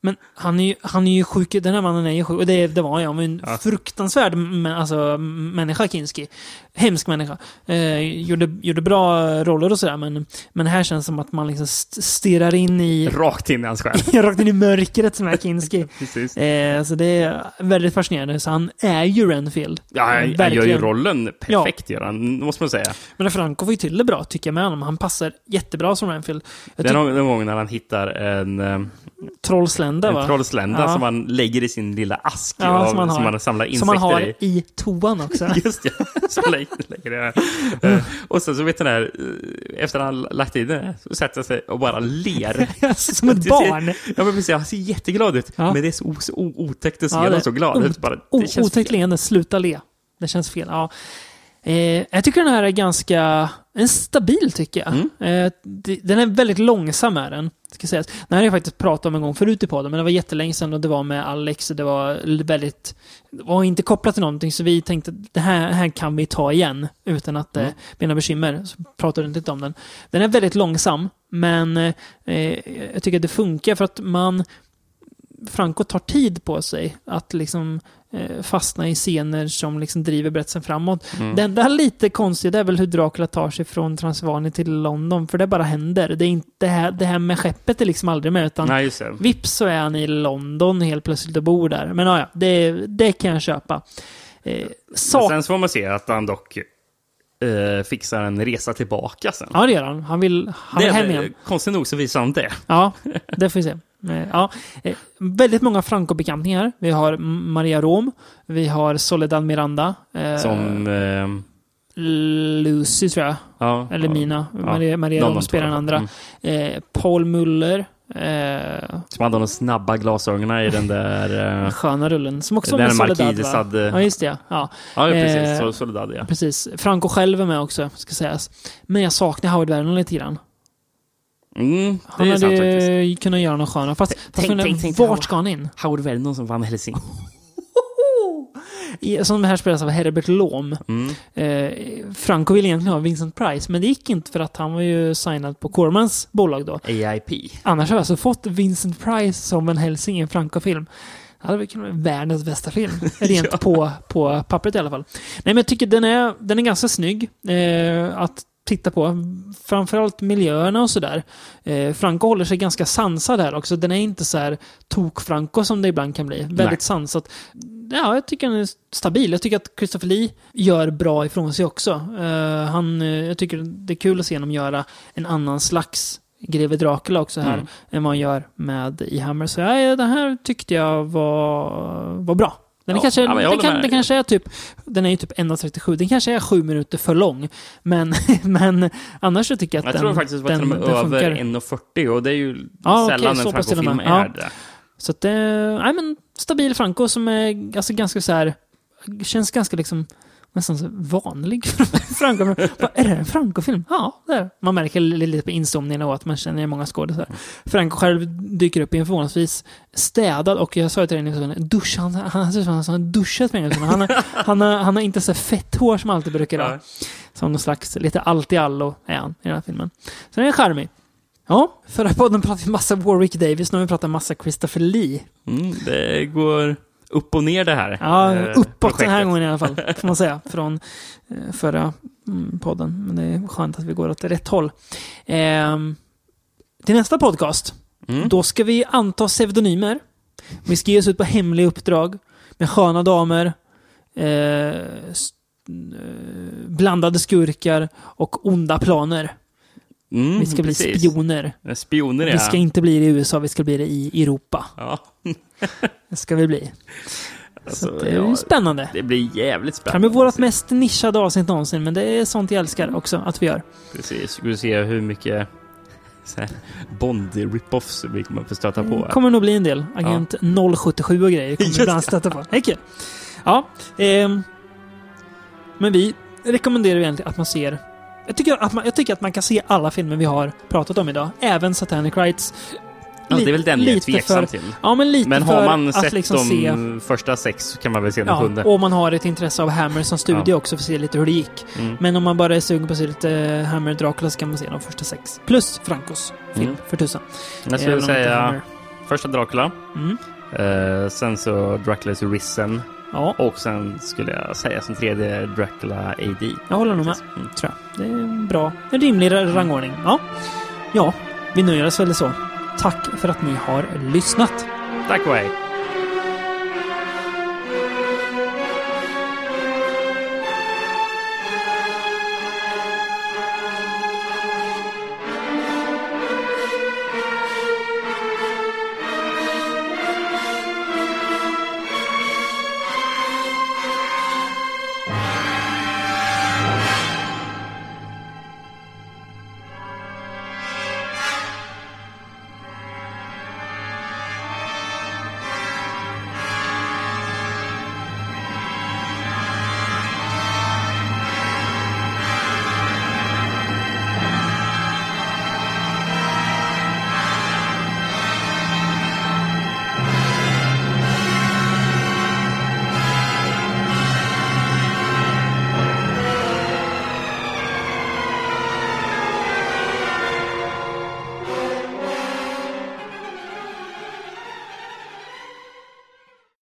Men han är ju, han är ju sjuk, den här mannen är ju sjuk, och det, det var han, men ja. fruktansvärd men, alltså, människa, Kinski. Hemsk människa. Eh, gjorde, gjorde bra roller och sådär, men, men här känns som att man liksom stirrar in i... Rakt in i hans själ. Rakt in i mörkret som är Kinski. Precis. Eh, så det är väldigt fascinerande, så han är ju Renfield. Ja, han, han gör ju rollen perfekt, ja. Gör han, måste man säga. Men Franco får ju till det bra, tycker jag med honom. Han passar jättebra som Renfield. Jag den, den gången när han hittar en... Um... Trollslända, en va? trollslända ja. Som man lägger i sin lilla ask, ja, av, som, man har, som man samlar insekter i. Som man har i, i toan också. Just det, så lägger, lägger det här. uh, och sen så vet den här, efter han lagt i det, så sätter han sig och bara ler. Som ett barn. Ser, ja, men precis, han ser jätteglad ut. Ja. Men det är så, så otäckt att se ja, så glad o- ut. Bara, o- otäckt leende, sluta le. Det känns fel, ja. Eh, jag tycker den här är ganska en stabil, tycker jag. Mm. Eh, d- den är väldigt långsam, är den. Ska sägas. Den här har jag faktiskt pratat om en gång förut i podden, men det var jättelänge sedan och det var med Alex och det var väldigt, det var inte kopplat till någonting, så vi tänkte att det här, här kan vi ta igen utan att det mm. blir några bekymmer. Så pratade vi inte om den. Den är väldigt långsam, men eh, jag tycker att det funkar för att man Franco tar tid på sig att liksom eh, fastna i scener som liksom driver berättelsen framåt. Mm. Det enda lite konstigt är väl hur Dracula tar sig från Transylvanien till London, för det bara händer. Det är inte det här, det här med skeppet är liksom aldrig med, utan Nej, just det. vips så är han i London helt plötsligt och bor där. Men ja, det, det kan jag köpa. Eh, så... Sen får man se att han dock eh, fixar en resa tillbaka sen. Ja, det gör han. Han vill, han det vill hem igen. Konstigt nog så visar han det. Ja, det får vi se. Ja, väldigt många Franco-bekantningar. Vi har Maria Rom, vi har Soledad Miranda. Som... Eh... Lucy, tror jag. Ja, Eller ja, Mina. ja. Maria, Maria Rom spelar den andra. Mm. Eh, Paul Muller. Eh... Som hade de snabba glasögonen i den där... Eh... sköna rullen. Som också med Soledad, va? Hade... Ja, just det. Ja, ja precis. Eh... Soledad, ja. Precis. Franco själv är med också, ska sägas. Men jag saknar Howard Vernon lite grann. Mm, han hade sant, kunnat göra något skönt. Fast, tänk, fast tänk, tänk, vart ska han in? Howard Vernon som vann Helsing. Som här spelas av Herbert Lom. Mm. Eh, Franco ville egentligen ha Vincent Price, men det gick inte för att han var ju signad på Cormans bolag då. A I P. Annars har jag alltså fått Vincent Price som en Helsing i en Franco-film. Det hade väl kunnat vara världens bästa film. Rent ja. på, på pappret i alla fall. Nej, men jag tycker den är, den är ganska snygg. Eh, att titta på. Framförallt miljöerna och sådär. Eh, Franco håller sig ganska sansad här också. Den är inte så här tok-Franco som det ibland kan bli. Väldigt Nej. sansat. Ja, jag tycker den är stabil. Jag tycker att Christopher Lee gör bra ifrån sig också. Uh, han, jag tycker det är kul att se honom göra en annan slags Greve Dracula också här mm. än vad han gör med i Hammer. Så ja, det här tyckte jag var, var bra. Den, är ja, kanske, ja, den, kan, den kanske är typ den är ju typ en trettiosju. Den kanske är sju minuter för lång. Men, men annars så tycker jag att jag den, tror faktiskt att den, den över funkar. en fyrtio och det är ju ja, sällan okay, en Franco-film är ja. det. Så att det nej, men stabil Franco som är alltså ganska så här känns ganska liksom nästan så vanlig Franco. Vad är det, en Franco-film? Ja, där. Man märker lite på inzoomningen och att man känner många skådespelare. Franco själv dyker upp i en förvånansvis städad, och jag sa till dig en dusch, han han ser han har duschat med han han han har han har inte så fett hår som alltid brukar ha. Som någon slags lite allt i allo är han i den här filmen. Så den är charmig. Ja, förra podden pratade vi massa Warwick Davis, nu har vi pratat massa Christopher Lee. Mm, det går upp och ner det här. Ja, eh, uppåt projektet. Den här gången i alla fall, får man säga, från eh, förra mm, podden. Men det är skönt att vi går åt rätt håll. Eh, till nästa podcast, mm. då ska vi anta pseudonymer. Vi ska ge oss ut på hemliga uppdrag med sköna damer, eh, st- blandade skurkar och onda planer. Mm, vi ska precis. bli spioner. Spioner, ja. Vi ska inte bli det i U S A, vi ska bli det i Europa. Ja. Det ska vi bli. Alltså, så det är ja, spännande. Det blir jävligt spännande. Kan bli vårt mest nischade avsnitt någonsin, men det är sånt jag älskar också att vi gör. Precis, ska se hur mycket Bond-rip-offs vi kommer få stöta på. Det kommer nog bli en del. Agent ja. noll sjuttiosju och grejer kommer vi ibland stöta på. Det är kul. Ja, eh, men vi rekommenderar egentligen att man ser Jag tycker, att man, jag tycker att man kan se alla filmer vi har pratat om idag. Även Satanic Rites. Ja, det är väl den jag är tveksam för, till. Ja, men lite men har man för sett liksom de se, första sex så kan man väl se den ja, sjunde. Och man har ett intresse av Hammer som studie ja. också för att se lite hur det gick. Mm. Men om man bara är sugen på att se lite Hammer Dracula så kan man se de första sex. Plus Francos film mm. för tusen. Jag skulle säga första Dracula. Mm. Uh, sen så Dracula's Risen. Ja. Och sen skulle jag säga som tredje Dracula A D. Jag håller nog med, mm. tror jag. Det är bra. En rimlig rangordning. Ja. Ja, vi nöjer oss väl så. Tack för att ni har lyssnat. Tack och hej.